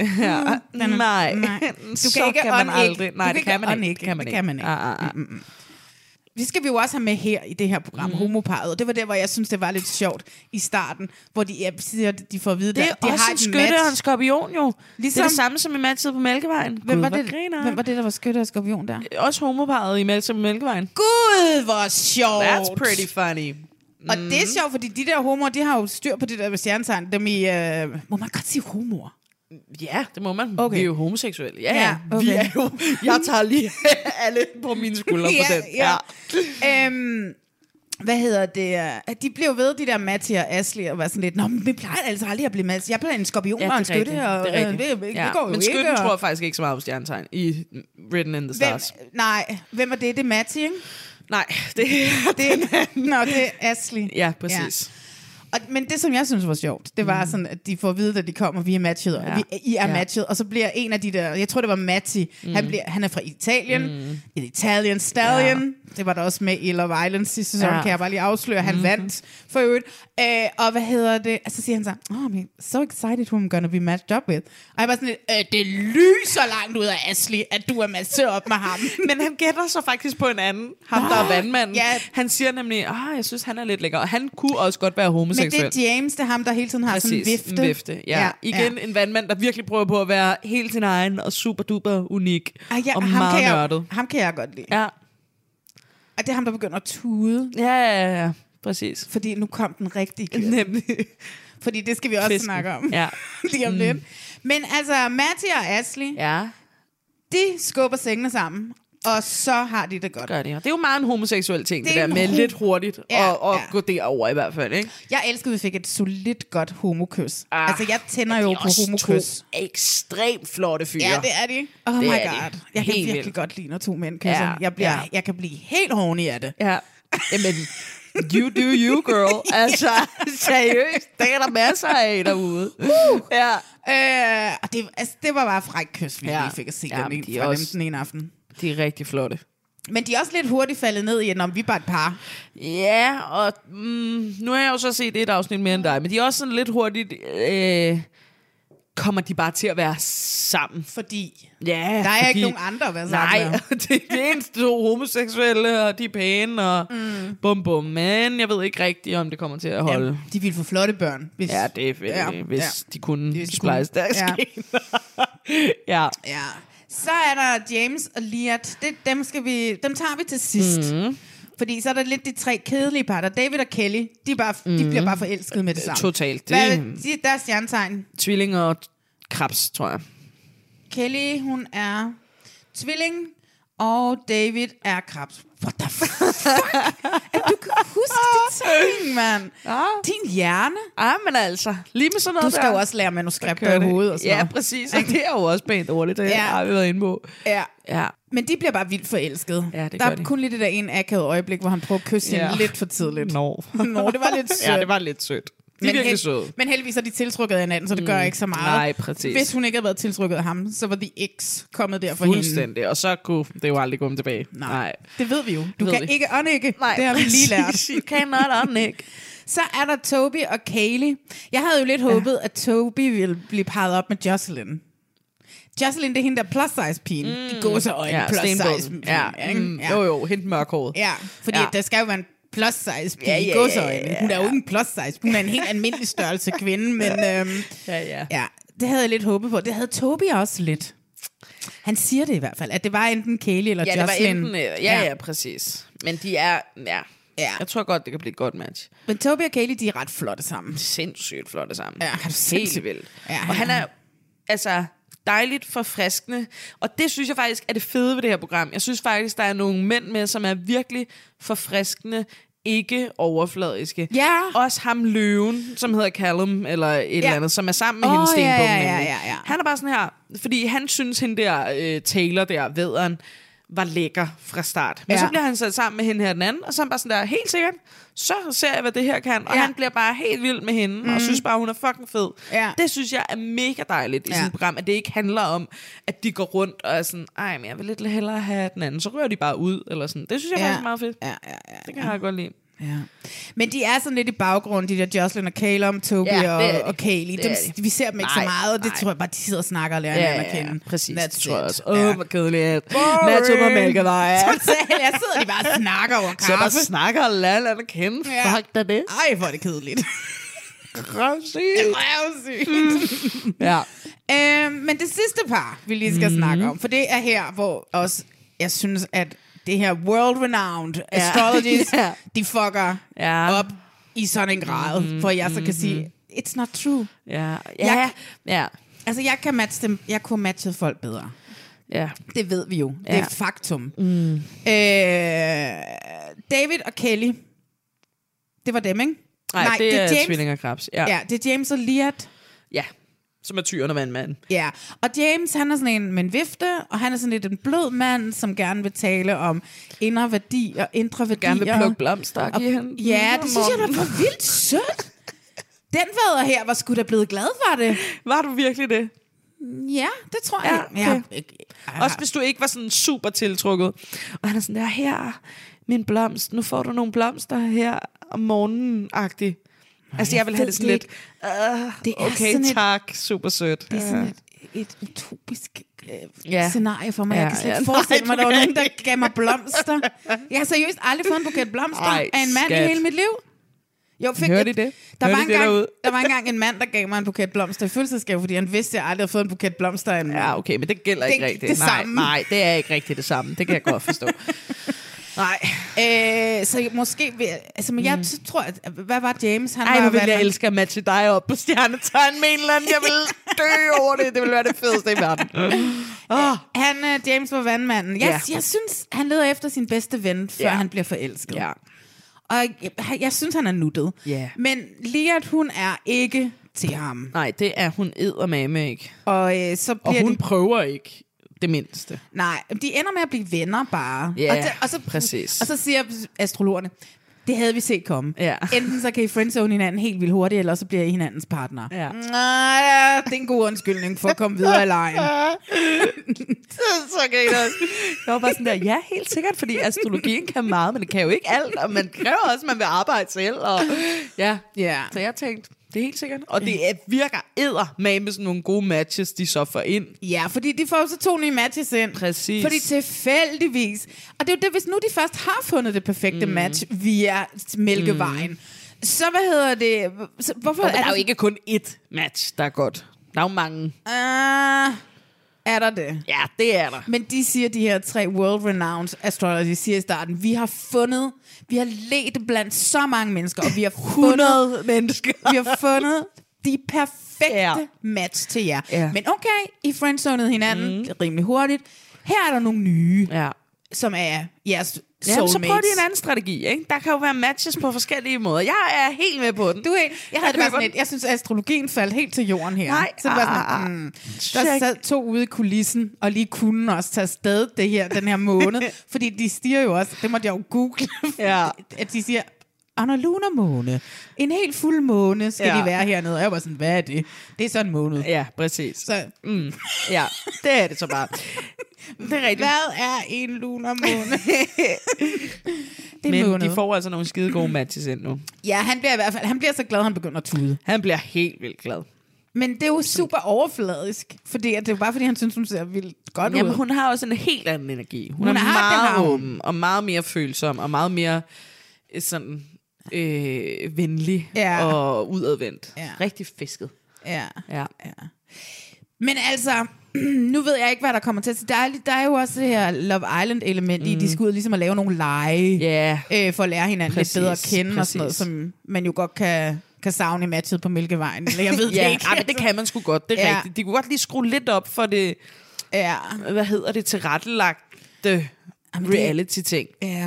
Nej, du kan ikke kan man aldrig. Nej, det kan man ikke. Det kan man ikke. Vi skal vi jo også have med her i det her program, homoparet, og det var der, hvor jeg synes, det var lidt sjovt i starten, hvor de siger, de får at vide, det er de også har en skytte og en skorpion jo. Ligesom, det er det samme som i matchet på Mælkevejen. Hvem var det, der var skytte og skorpion der? Også homoparet i matchet på Mælkevejen. Gud, hvor sjovt! That's pretty funny. Og det er sjovt, fordi de der homoer, de har jo styr på det der med stjernetegn. Dem i, må man godt sige homoer? Ja, det må man. Okay. Vi er jo homoseksuelle. Ja, okay. Vi er jo... Jeg tager lige alle på mine skuldre på den. Ja. Hvad hedder det? De blev ved, de der Matti og Ashley, og var sådan lidt, nå, men vi plejer altså aldrig at blive Matti. Jeg plejer en skorpion og en skytte. Og, det går jo men skytten tror jeg faktisk ikke så meget på stjernetegn i Written in the Stars. Hvem er det? Det er Matti, ikke? Nej, det er Ashley. Ja, præcis. Ja. Men det, som jeg synes var sjovt, det var sådan, at de får at vide, at de kommer, vi er matchet, og I er matchet, og så bliver en af de der, jeg tror det var Matti, han er fra Italien, en Italian Stallion, det var der også med i Love Island sidste sæson, kan jeg bare lige afsløre, han vandt for øvrigt, og hvad hedder det, og så siger han så, I'm so excited who I'm gonna be matched up with, og jeg var sådan lidt, det lyser langt ud af Ashley, at du er matchet op med ham. Men han gætter så faktisk på en anden, ham der er vandmanden. Ja. Han siger nemlig, jeg synes han er lidt lækker, og han kunne også godt være homoseksuel. Men det er James, det er ham, der hele tiden har sådan en vifte. Ja. Igen en vandmand, der virkelig prøver på at være helt sin egen og super duper unik og meget nørdet. Ham kan jeg godt lide. Ja. Og det er ham, der begynder at tude. Ja, præcis. Fordi nu kom den rigtige kør. Nemlig. Fordi det skal vi også snakke om. Ja. Lige om lidt. Men altså, Matti og Ashley, de skubber sengene sammen. Og så har de det godt. Gør det, ja. Det er jo meget en homoseksuel ting, det der med lidt hurtigt og gå derover i hvert fald, ikke? Jeg elsker, at vi fik et solidt godt homokys. Altså, jeg tænder jo på homokys. To ekstremt flotte fyre. Ja, det er de. Oh my god. Jeg kan virkelig godt lide, når to mænd kysser. Jeg kan blive helt horny af det. Ja. Jamen, you do you, girl. Altså, seriøst. Der er der masser af derude. Ja. Og det var bare fræk kys, vi lige fik at se den ene aften. De er rigtig flotte. Men de er også lidt hurtigt faldet ned i, om vi bare et par. Ja, og nu har jeg jo så set et afsnit mere end dig, men de er også sådan lidt hurtigt... kommer de bare til at være sammen. Fordi der er ikke nogen andre at være sammen med. Nej, det er eneste to homoseksuelle, og de er pæne, og bum bum. Men jeg ved ikke rigtigt, om det kommer til at holde. De vil få flotte børn. Hvis, det er hvis de kunne splice deres gener. Ja. Så er der James og Liat. Dem tager vi til sidst. Fordi så er der lidt de tre kedelige par. David og Kelly, de bliver bare forelsket med det samme. Totalt. Der er stjernetegn. Tvilling og krebs, tror jeg. Kelly, hun er tvilling, og David er krebs. What the fuck? At du kan huske det ting, mand. Din hjerne. Men altså, lige med sådan noget du skal jo også lære manuskripter i hovedet og sådan noget. Ja, præcis. Og det er jo også pænt ordentligt, det har vi været inde på. Ja. Men de bliver bare vildt forelsket. Ja, det der er kun lige det der ene akavet øjeblik, hvor han prøver at kysse hende lidt for tidligt. Nå, det var lidt sødt. Ja, det var lidt sødt. De er virkelig søde. Men heldigvis er de tiltrykket af hinanden, så det gør ikke så meget. Nej, præcis. Hvis hun ikke havde været tiltrykket af ham, så var de X kommet der for hende. Fuldstændig. Og så kunne det jo aldrig komme tilbage. Nej. Det ved vi jo. Du kan ikke unægge. Det har vi lige lært. You cannot unægge. Så er der Toby og Kaylee. Jeg havde jo lidt håbet, at Toby ville blive parret op med Jocelyn. Jocelyn, det er hende der plus size pigen. De gåseøjne plus size pigen. Jo, hende mørkhåret. Ja, fordi der skal jo være en plus size pige i gåseøjne. Hun er jo ikke en plus size. Hun er en helt almindelig størrelse kvinde, men det havde jeg lidt håbet på. Det havde Toby også lidt. Han siger det i hvert fald, at det var enten Kaylee eller Jocelyn. Ja, præcis. Men de er... Jeg tror godt, det kan blive et godt match. Men Toby og Kaylee, de er ret flotte sammen. Sindssygt flotte sammen. Ja, helt vildt. Og han er altså dejligt forfriskende. Og det synes jeg faktisk er det fede ved det her program. Jeg synes faktisk, der er nogle mænd med, som er virkelig forfriskende, ikke overfladiske. Ja. Også ham løven, som hedder Callum, eller et eller andet, som er sammen med hende stenbukken. Ja. Han er bare sådan her, fordi han synes, hende der Taylor der, vædderen, var lækker fra start. Men så bliver han sat sammen med hende her den anden, og så er han bare sådan der, helt sikkert, så ser jeg, hvad det her kan. Og han bliver bare helt vild med hende, og synes bare, hun er fucking fed. Ja. Det synes jeg er mega dejligt i sådan et program, at det ikke handler om, at de går rundt og er sådan, ej, men jeg vil lidt hellere have den anden. Så rører de bare ud, eller sådan. Det synes jeg faktisk er meget fedt. Det kan jeg godt lide. Ja. Men de er sådan lidt i baggrunden, de der Jocelyn og Calum, Toby og Kaylee. Vi ser dem ikke så meget, og det tror jeg bare, de sidder og snakker og lærer hinanden at kende. Præcis, det tror jeg også. Hvor kedeligt. Nacho på Mælkevejen. Jeg sidder de bare og snakker over kaffe. Så bare snakker og lærer hinanden at kende. Fuck da det. Ej, hvor er det kedeligt. Røvsygt. Men det sidste par, vi lige skal snakke om, for det er her, hvor også, jeg synes, at det her world-renowned astrologies, de fucker op i sådan en grad, for jeg så kan sige, it's not true. Altså, jeg kan matche dem. Jeg kunne matche folk bedre. Ja. Det ved vi jo. Det er et faktum. David og Kelly, det var dem, ikke? Nej, det er James, tvillinger Krebs. Ja, det er James og Liat. Ja, som er tyren og vandmanden. Ja, og James, han er sådan en med en vifte, og han er sådan lidt en blød mand, som gerne vil tale om indre værdi og indre værdier. Gerne vil plukke blomster og give hende. Ja, det synes jeg da var vildt sødt. Den vader her var sgu da blevet glad for det. Var du virkelig det? Ja, det tror jeg. Ja, okay. Også hvis du ikke var sådan super tiltrukket. Og han er sådan der, her, min blomst, nu får du nogle blomster her om morgenen-agtigt. Altså, jeg vil have det sådan lidt, det er okay, sådan tak, super sødt. Det er sådan et utopisk scenarie for mig. Jeg kan slet ikke forestille mig, at der var nogen, der gav mig blomster. Jeg har seriøst aldrig fået en buket blomster af en mand i hele mit liv. Hørte I det? Der var engang en mand, der gav mig en buket blomster i fødselsdagsgave, fordi han vidste, at jeg aldrig havde fået en buket blomster af en mand. Ja, okay, men det gælder ikke rigtigt. Nej, det er ikke rigtigt det samme. Det kan jeg godt forstå. Nej. Så måske... Altså, men jeg tror, at... Hvad var James? Nu vil jeg elske at matche dig op på stjernetegn med en eller anden. Jeg vil dø over det. Det vil være det fedeste i verden. James var vandmanden. Jeg synes, han leder efter sin bedste ven, før han bliver forelsket. Ja. Og jeg synes, han er nuttet. Yeah. Men Liat, hun er ikke til ham. Nej, det er hun eddermame ikke. Og hun prøver ikke det mindste. Nej, de ender med at blive venner bare. Ja, præcis. Og så siger astrologerne, det havde vi set komme. Ja. Enten så kan I friendzone hinanden helt vildt hurtigt, eller så bliver I hinandens partner. Ja. Det er en god undskyldning for at komme videre i lejen. Så griner jeg var bare sådan der, ja, helt sikkert, fordi astrologien kan meget, men det kan jo ikke alt, og man kræver også, at man vil arbejde selv. Og så jeg tænkte, det er helt sikkert. Og det virker med sådan nogle gode matches, de så får ind. Ja, fordi de får så 2 nye matches ind. Præcis. Fordi tilfældigvis. Og det er jo det, hvis nu de først har fundet det perfekte match via Mælkevejen. Så hvad hedder det? Hvorfor der er jo ikke kun ét match, der er godt. Der er jo mange. Er der det? Ja, det er der. Men de siger, de her 3 world-renowned astrologers, de siger i starten, vi har ledt blandt så mange mennesker, og vi har 100 mennesker. Vi har fundet de perfekte match til jer. Ja. Men okay, I friendzonede hinanden rimelig hurtigt. Her er der nogle nye, som er jeres soulmates. Så prøv de en anden strategi, ikke? Der kan jo være matches på forskellige måder. Jeg er helt med på den. Jeg havde det bare sådan lidt, jeg synes, astrologien faldt helt til jorden her. Nej, så det var sådan, der sad 2 ude i kulissen, og lige kunne også tage afsted den her måned. Fordi de stiger jo også, det måtte jeg jo google, at de siger, Anna Luna måne. En helt fuld måne skal de være hernede. Og jeg var sådan, hvad er det? Det er sådan en måned. Ja, præcis. Så. Ja, det er det så bare. Det er rigtigt. Hvad er en lunar måne? Men de får altså nogle skide gode matches ind nu. Ja, han bliver i hvert fald, han bliver så glad, at han begynder at tude. Han bliver helt vildt glad. Men det er jo super overfladisk, fordi at det er jo bare fordi, han synes, hun ser vildt godt ud. Jamen, hun har også en helt anden energi. Hun er meget åben, og meget mere følsom, og meget mere sådan venlig og udadvendt. Ja. Rigtig fisket. Ja. Men altså, nu ved jeg ikke, hvad der kommer til. Der er jo også det her Love Island-element i, de skal ud ligesom at lave nogle lege, for at lære hinanden lidt bedre at kende, og sådan noget, som man jo godt kan savne i matchet på Mælkevejen. Eller jeg ved det ikke. Ja, men det kan man sgu godt, det er rigtigt. De kunne godt lige skrue lidt op for det, hvad hedder det, tilrettelagte reality-ting. Ja.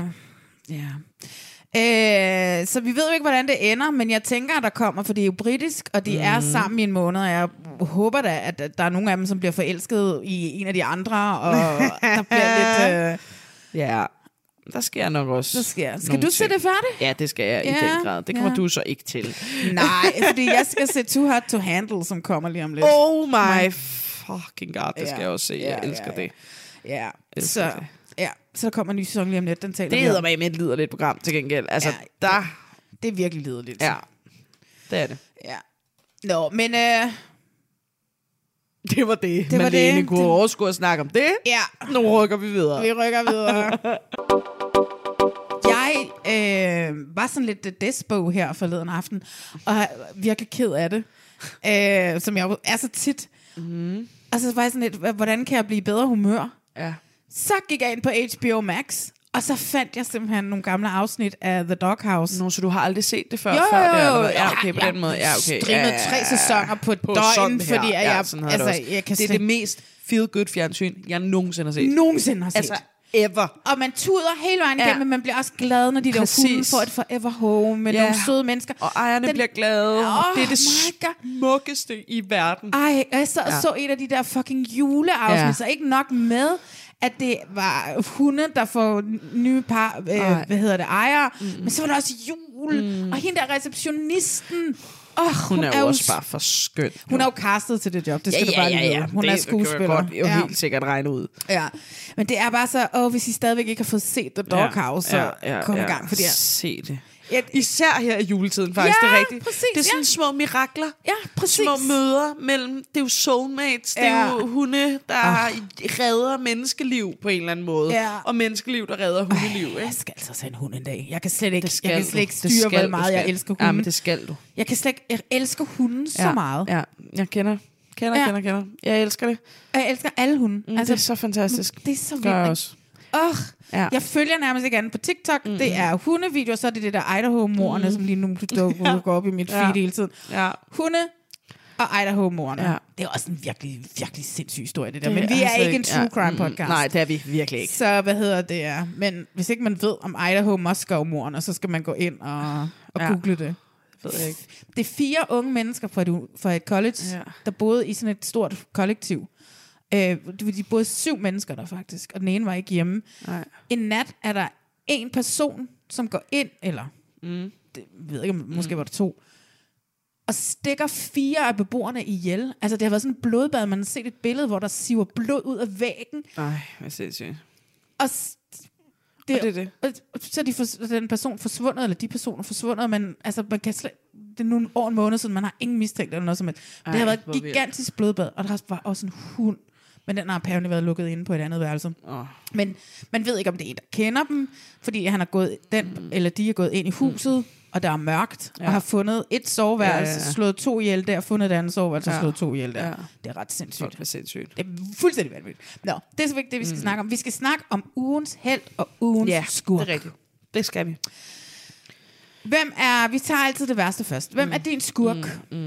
Så vi ved jo ikke, hvordan det ender, men jeg tænker, at der kommer, for det er jo britisk, og de er sammen i en måned, og jeg håber da, at der er nogle af dem, som bliver forelsket i en af de andre, og der bliver lidt... Ja, der sker nok også. Skal du se det færdigt? Ja, det skal jeg i den grad. Det kommer du så ikke til. Nej, fordi jeg skal se Too Hot to Handle, som kommer lige om lidt. Oh my fucking god, det skal jeg også se. Jeg elsker det. Ja, så der kommer en ny sæson lige om lidt. Den taler det hedder med et liderligt program til gengæld. Altså, det er virkelig liderligt. Ja, det er det. Ja. Nå, men... Det var det. Malene kunne overskue at snakke om det. Ja. Nu rykker vi videre. Vi rykker videre. Jeg var sådan lidt despo her forleden aften, og er virkelig ked af det, som jeg er så tit. Mm. Og så var jeg sådan lidt, hvordan kan jeg blive i bedre humør? Ja. Så gik jeg ind på HBO Max, og så fandt jeg simpelthen nogle gamle afsnit af The Doghouse. Nå, så du har aldrig set det før? Jo. Ja, okay, på den måde. Ja, okay. Streamet 3 sæsoner på et døgn, fordi jeg kan det er det mest feel-good fjernsyn, jeg nogensinde har set. Altså, ever. Og man tuder hele vejen igennem, men man bliver også glad, når de der hunde får et forever home med nogle søde mennesker. Og ejerne bliver glade. Det er det smukkeste i verden. Ej, jeg så et af de der fucking juleafsnit, så ikke nok med, at det var hunde, der får nye par, ejere, men så var der også jul, og hende der receptionisten, hun er jo også bare for skøn. Hun er jo castet til det job, det skal du bare lige vide. Hun er skuespiller. Det kan helt sikkert regne ud. Ja, men det er bare så, hvis I stadigvæk ikke har fået set The Doghouse, så kom i gang. Fordi se det. Især her i juletiden, faktisk, det er rigtigt. Præcis, det er sådan små mirakler. Ja, præcis. Små møder mellem, det er jo soulmates, det er jo hunde, der redder menneskeliv på en eller anden måde. Og menneskeliv, der redder hundeliv. Jeg skal altså se en hund en dag. Jeg kan slet ikke styre, hvor meget jeg elsker hunde. Ja, men det skal du. Jeg elsker hunden så meget. Ja, jeg kender. Jeg elsker det. Jeg elsker alle hunde. Altså, det er så fantastisk. Det er så vildt. Jeg følger nærmest ikke andet på TikTok. Det er hundevideoer, så er det der Idaho-morerne, som lige nu går op i mit feed hele tiden. Ja. Hunde og Idaho-morerne. Ja. Det er også en virkelig, virkelig sindssyg historie, det der. Men vi er ikke en true crime podcast. Nej, det er vi virkelig ikke. Så men hvis ikke man ved om Idaho-Moskov-morerne, så skal man gå ind og google det. Ved jeg ikke. Det er 4 unge mennesker fra et college, der boede i sådan et stort kollektiv. De boede 7 mennesker der faktisk, og den ene var ikke hjemme. Nej. En nat er der en person, som går ind, eller det ved ikke, måske var der 2, og stikker 4 af beboerne ihjel. Altså det har været sådan et blodbad, man har set et billede, hvor der siver blod ud af væggen. Ej, hvad sindssygt. Og så er den person forsvundet, eller de personer forsvundet, men altså man kan det er nu over en måned siden, man har ingen mistænkt eller noget som helst. Det har været et gigantisk blodbad, og der var også en hund, men den har apparently været lukket inde på et andet værelse. Men man ved ikke, om det er en, der kender dem, fordi han er gået eller de er gået ind i huset, og der er mørkt, og har fundet et soveværelse, slået 2 ihjel der, fundet et andet soveværelse, og slået 2 ihjel der. Det er ret sindssygt. Det er sindssygt. Det er fuldstændig vanvittigt. Nå, det er så ikke det, vi skal snakke om. Vi skal snakke om ugens helt og ugens skurk. Det er rigtigt. Det skal vi. Vi tager altid det værste først. Hvem er din skurk?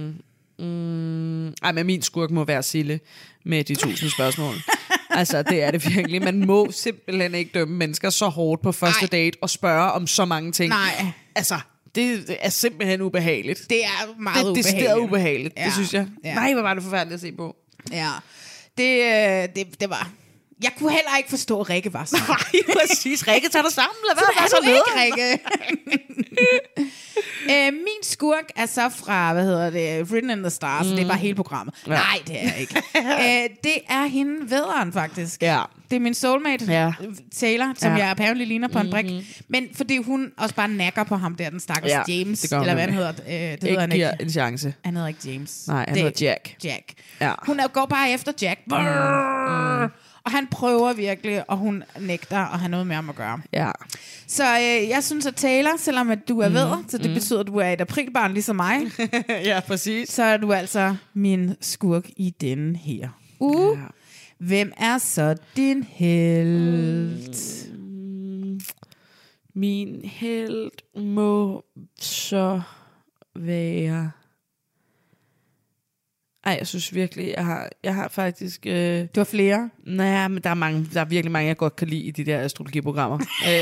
Ej, men min skurk må være Sille med de 1000 spørgsmål. Altså, det er det virkelig. Man må simpelthen ikke dømme mennesker så hårdt på første date og spørge om så mange ting. Nej. Altså, det er simpelthen ubehageligt. Det er meget ubehageligt. Det er ubehageligt, det synes jeg. Ja. Nej, hvor var det forfærdeligt at se på. Ja, det var... Jeg kunne heller ikke forstå, at Rikke var sådan. Nej, præcis. Rikke, tager dig sammen. Lad være så nede. Rikke. Min skurk er så fra, Written in the Stars. Det er bare hele programmet. Ja. Nej, det er ikke. Det er hende vædderen, faktisk. Ja. Det er min soulmate, Taylor, som jeg apparently ligner på en brik. Men fordi hun også bare nakker på ham der, den stakkels James. Eller hvad han hedder. Det hedder han ikke. En chance. Han hedder ikke James. Nej, han hedder Jack. Jack. Ja. Hun går bare efter Jack. Og han prøver virkelig, og hun nægter at have noget med ham at gøre. Ja. Så jeg synes, at Taylor, selvom at du er vædder, så det betyder, at du er et aprilbarn ligesom mig. Ja, præcis. Så er du altså min skurk i denne her uge. Ja. Hvem er så din helt? Min helt må så være... Ej, jeg synes virkelig, jeg har faktisk... Du har flere? Nej, men der er virkelig mange, jeg godt kan lide i de der astrologiprogrammer.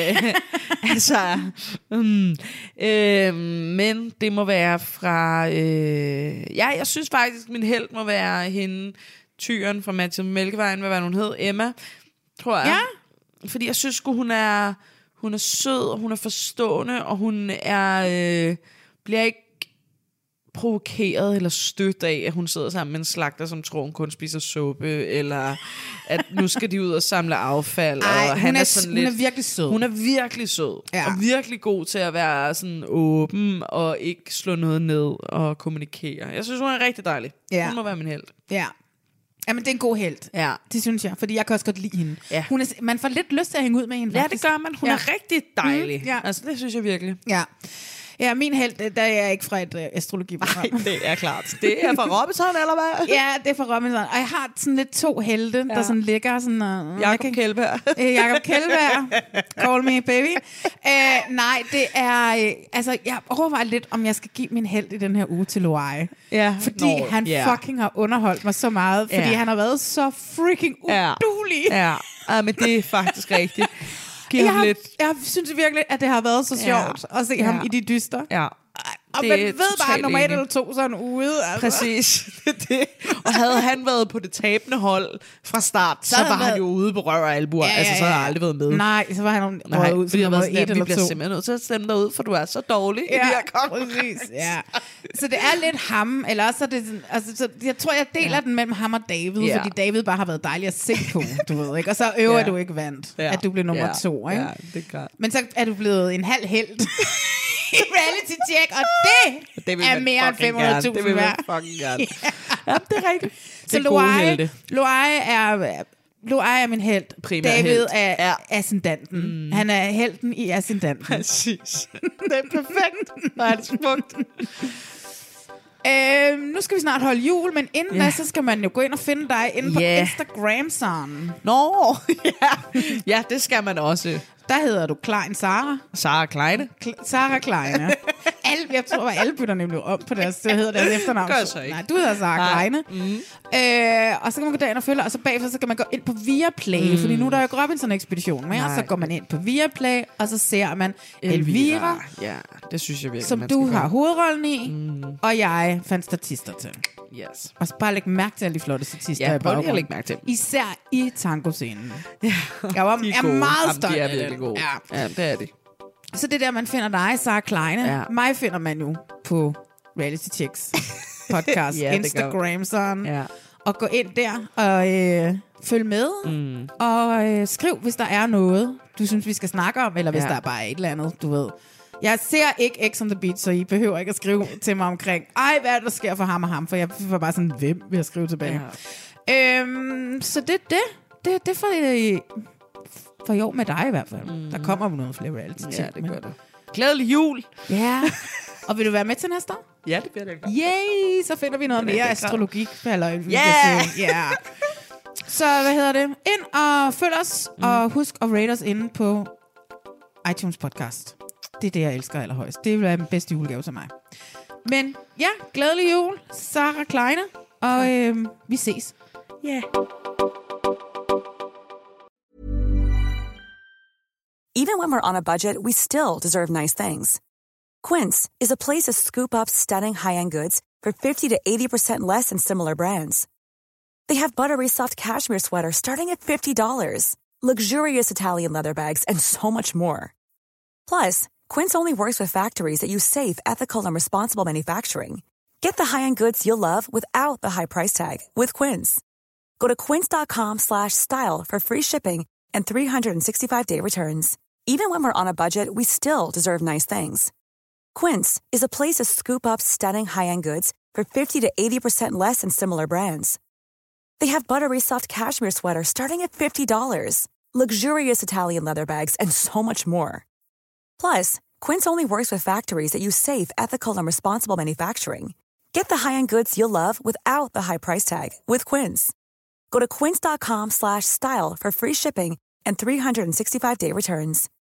Men det må være fra... jeg synes faktisk, min helt må være hende, tyren fra Mathieu Mælkevejen, hvad var hun hed? Emma, tror jeg. Ja. Fordi jeg synes hun er sød, og hun er forstående, og hun bliver ikke provokeret eller stødt af, at hun sidder sammen med en slagter, som tror, hun kun spiser suppe, eller at nu skal de ud og samle affald. Ej, og hun er er virkelig sød. Hun er virkelig sød, og virkelig god til at være sådan åben, og ikke slå noget ned og kommunikere. Jeg synes, hun er rigtig dejlig. Hun må være min helt. Ja. Jamen, det er en god helt. Ja. Det synes jeg, fordi jeg kan også godt lide hende. Ja. Man får lidt lyst til at hænge ud med hende, faktisk. Ja, det gør man. Hun er rigtig dejlig. Ja. Altså, det synes jeg virkelig. Ja. Ja, min helt, der er jeg ikke fra et astrologiprogram. Nej, det er klart. Det er fra Robinson, eller hvad? Ja, det er fra Robinson. Og jeg har sådan lidt 2 helte, der sådan ligger sådan... Jakob Kjeldberg. Jakob Kjeldberg. Call me, baby. Nej, det er... altså, jeg overvejer lidt, om jeg skal give min helt i den her uge til Loai. Ja. Fordi han fucking har underholdt mig så meget. Fordi han har været så freaking uduelig. Ja, men det er faktisk rigtigt. Jeg synes virkelig, at det har været så sjovt at se ham i de dyster. Ja. Og man ved bare, at normalt eller 2 sådan ude. Altså. Præcis. Det. Og havde han været på det tabende hold fra start, så var han jo ude på røv og albuer. Altså, så havde han aldrig været med. Nej, så var han røget ud som noget 1 eller 2. Vi bliver simpelthen nødt til at stemme dig ud, for du er så dårlig i de her præcis. Ja. Så det er lidt ham, eller også er det sådan, altså, så jeg tror, jeg deler den mellem ham og David, fordi David bare har været dejlig at se på, du ved ikke? Og så øver du ikke vandt, at du blev nummer 2, ikke? Ja, det er klart. Men så er du blevet en halv helt. Reality check, og det er mere end 500.000 Det vil man fucking gerne. Ja, det er rigtigt. Så Loai er min helt. David er ascendanten. Han er helten i ascendanten. Præcis. Det er perfekt. Nej, det er smukt. Nu skal vi snart holde jul, men inden da, så skal man jo gå ind og finde dig inde på Instagram sammen. Nå, ja, det skal man også. Der hedder du Klein Sara. Sara Kleine. Sara Kleine. Jeg tror, at alle bytter nemlig om på deres, det hedder deres efternavn. Gør så ikke. Nej, du hedder Sara Kleine. Og så kan man gå derind og følge, og så bagefter så kan man gå ind på Viaplay, fordi nu der er jo Robinson-ekspedition med, og så går man ind på Viaplay, og så ser man Elvira. Ja, det synes jeg virkelig, som du har hovedrollen i, og jeg fandt statister til. Yes. Og så bare lægge mærke til alle de flotte statister. Ja, prøv lige at lægge mærke til. Især i tango-scenen. Ja, jeg er meget stolt af det. De er virkelig gode. Ja, det er det. Så det der, man finder dig, Sara Kleine. Ja. Mig finder man jo på Reality Checks podcast, Instagram, sådan. Ja. Og gå ind der og følg med. Og skriv, hvis der er noget, du synes, vi skal snakke om, eller hvis der er bare et eller andet, du ved. Jeg ser ikke X on the Beach, så I behøver ikke at skrive til mig omkring, hvad er det, der sker for ham og ham, for jeg får bare sådan, hvem vil jeg skrive tilbage? Ja. Så det for i år med dig i hvert fald. Der kommer jo noget flere reality. Ja, det gør det. Glædelig jul! Ja. Og vil du være med til næste år? Ja, det bliver det. Yay! Så finder vi noget mere astrologi. Ja. Så hvad hedder det? Ind og følg os, og husk at rate os inde på iTunes podcast. Det er det, jeg elsker allerhøjst. Det vil være den bedste julegave til mig. Men ja, glædelig jul, Sara Kleine, og vi ses. Ja. Yeah. Even when we're on a budget, we still deserve nice things. Quince is a place to scoop up stunning high-end goods for 50 to 80% less than similar brands. They have buttery soft cashmere sweaters starting at $50, luxurious Italian leather bags, and so much more. Plus, Quince only works with factories that use safe, ethical, and responsible manufacturing. Get the high-end goods you'll love without the high price tag with Quince. Go to quince.com/style for free shipping and 365-day returns. Even when we're on a budget, we still deserve nice things. Quince is a place to scoop up stunning high-end goods for 50 to 80% less than similar brands. They have buttery soft cashmere sweaters starting at $50, luxurious Italian leather bags, and so much more. Plus, Quince only works with factories that use safe, ethical, and responsible manufacturing. Get the high-end goods you'll love without the high price tag with Quince. Go to quince.com/style for free shipping and 365-day returns.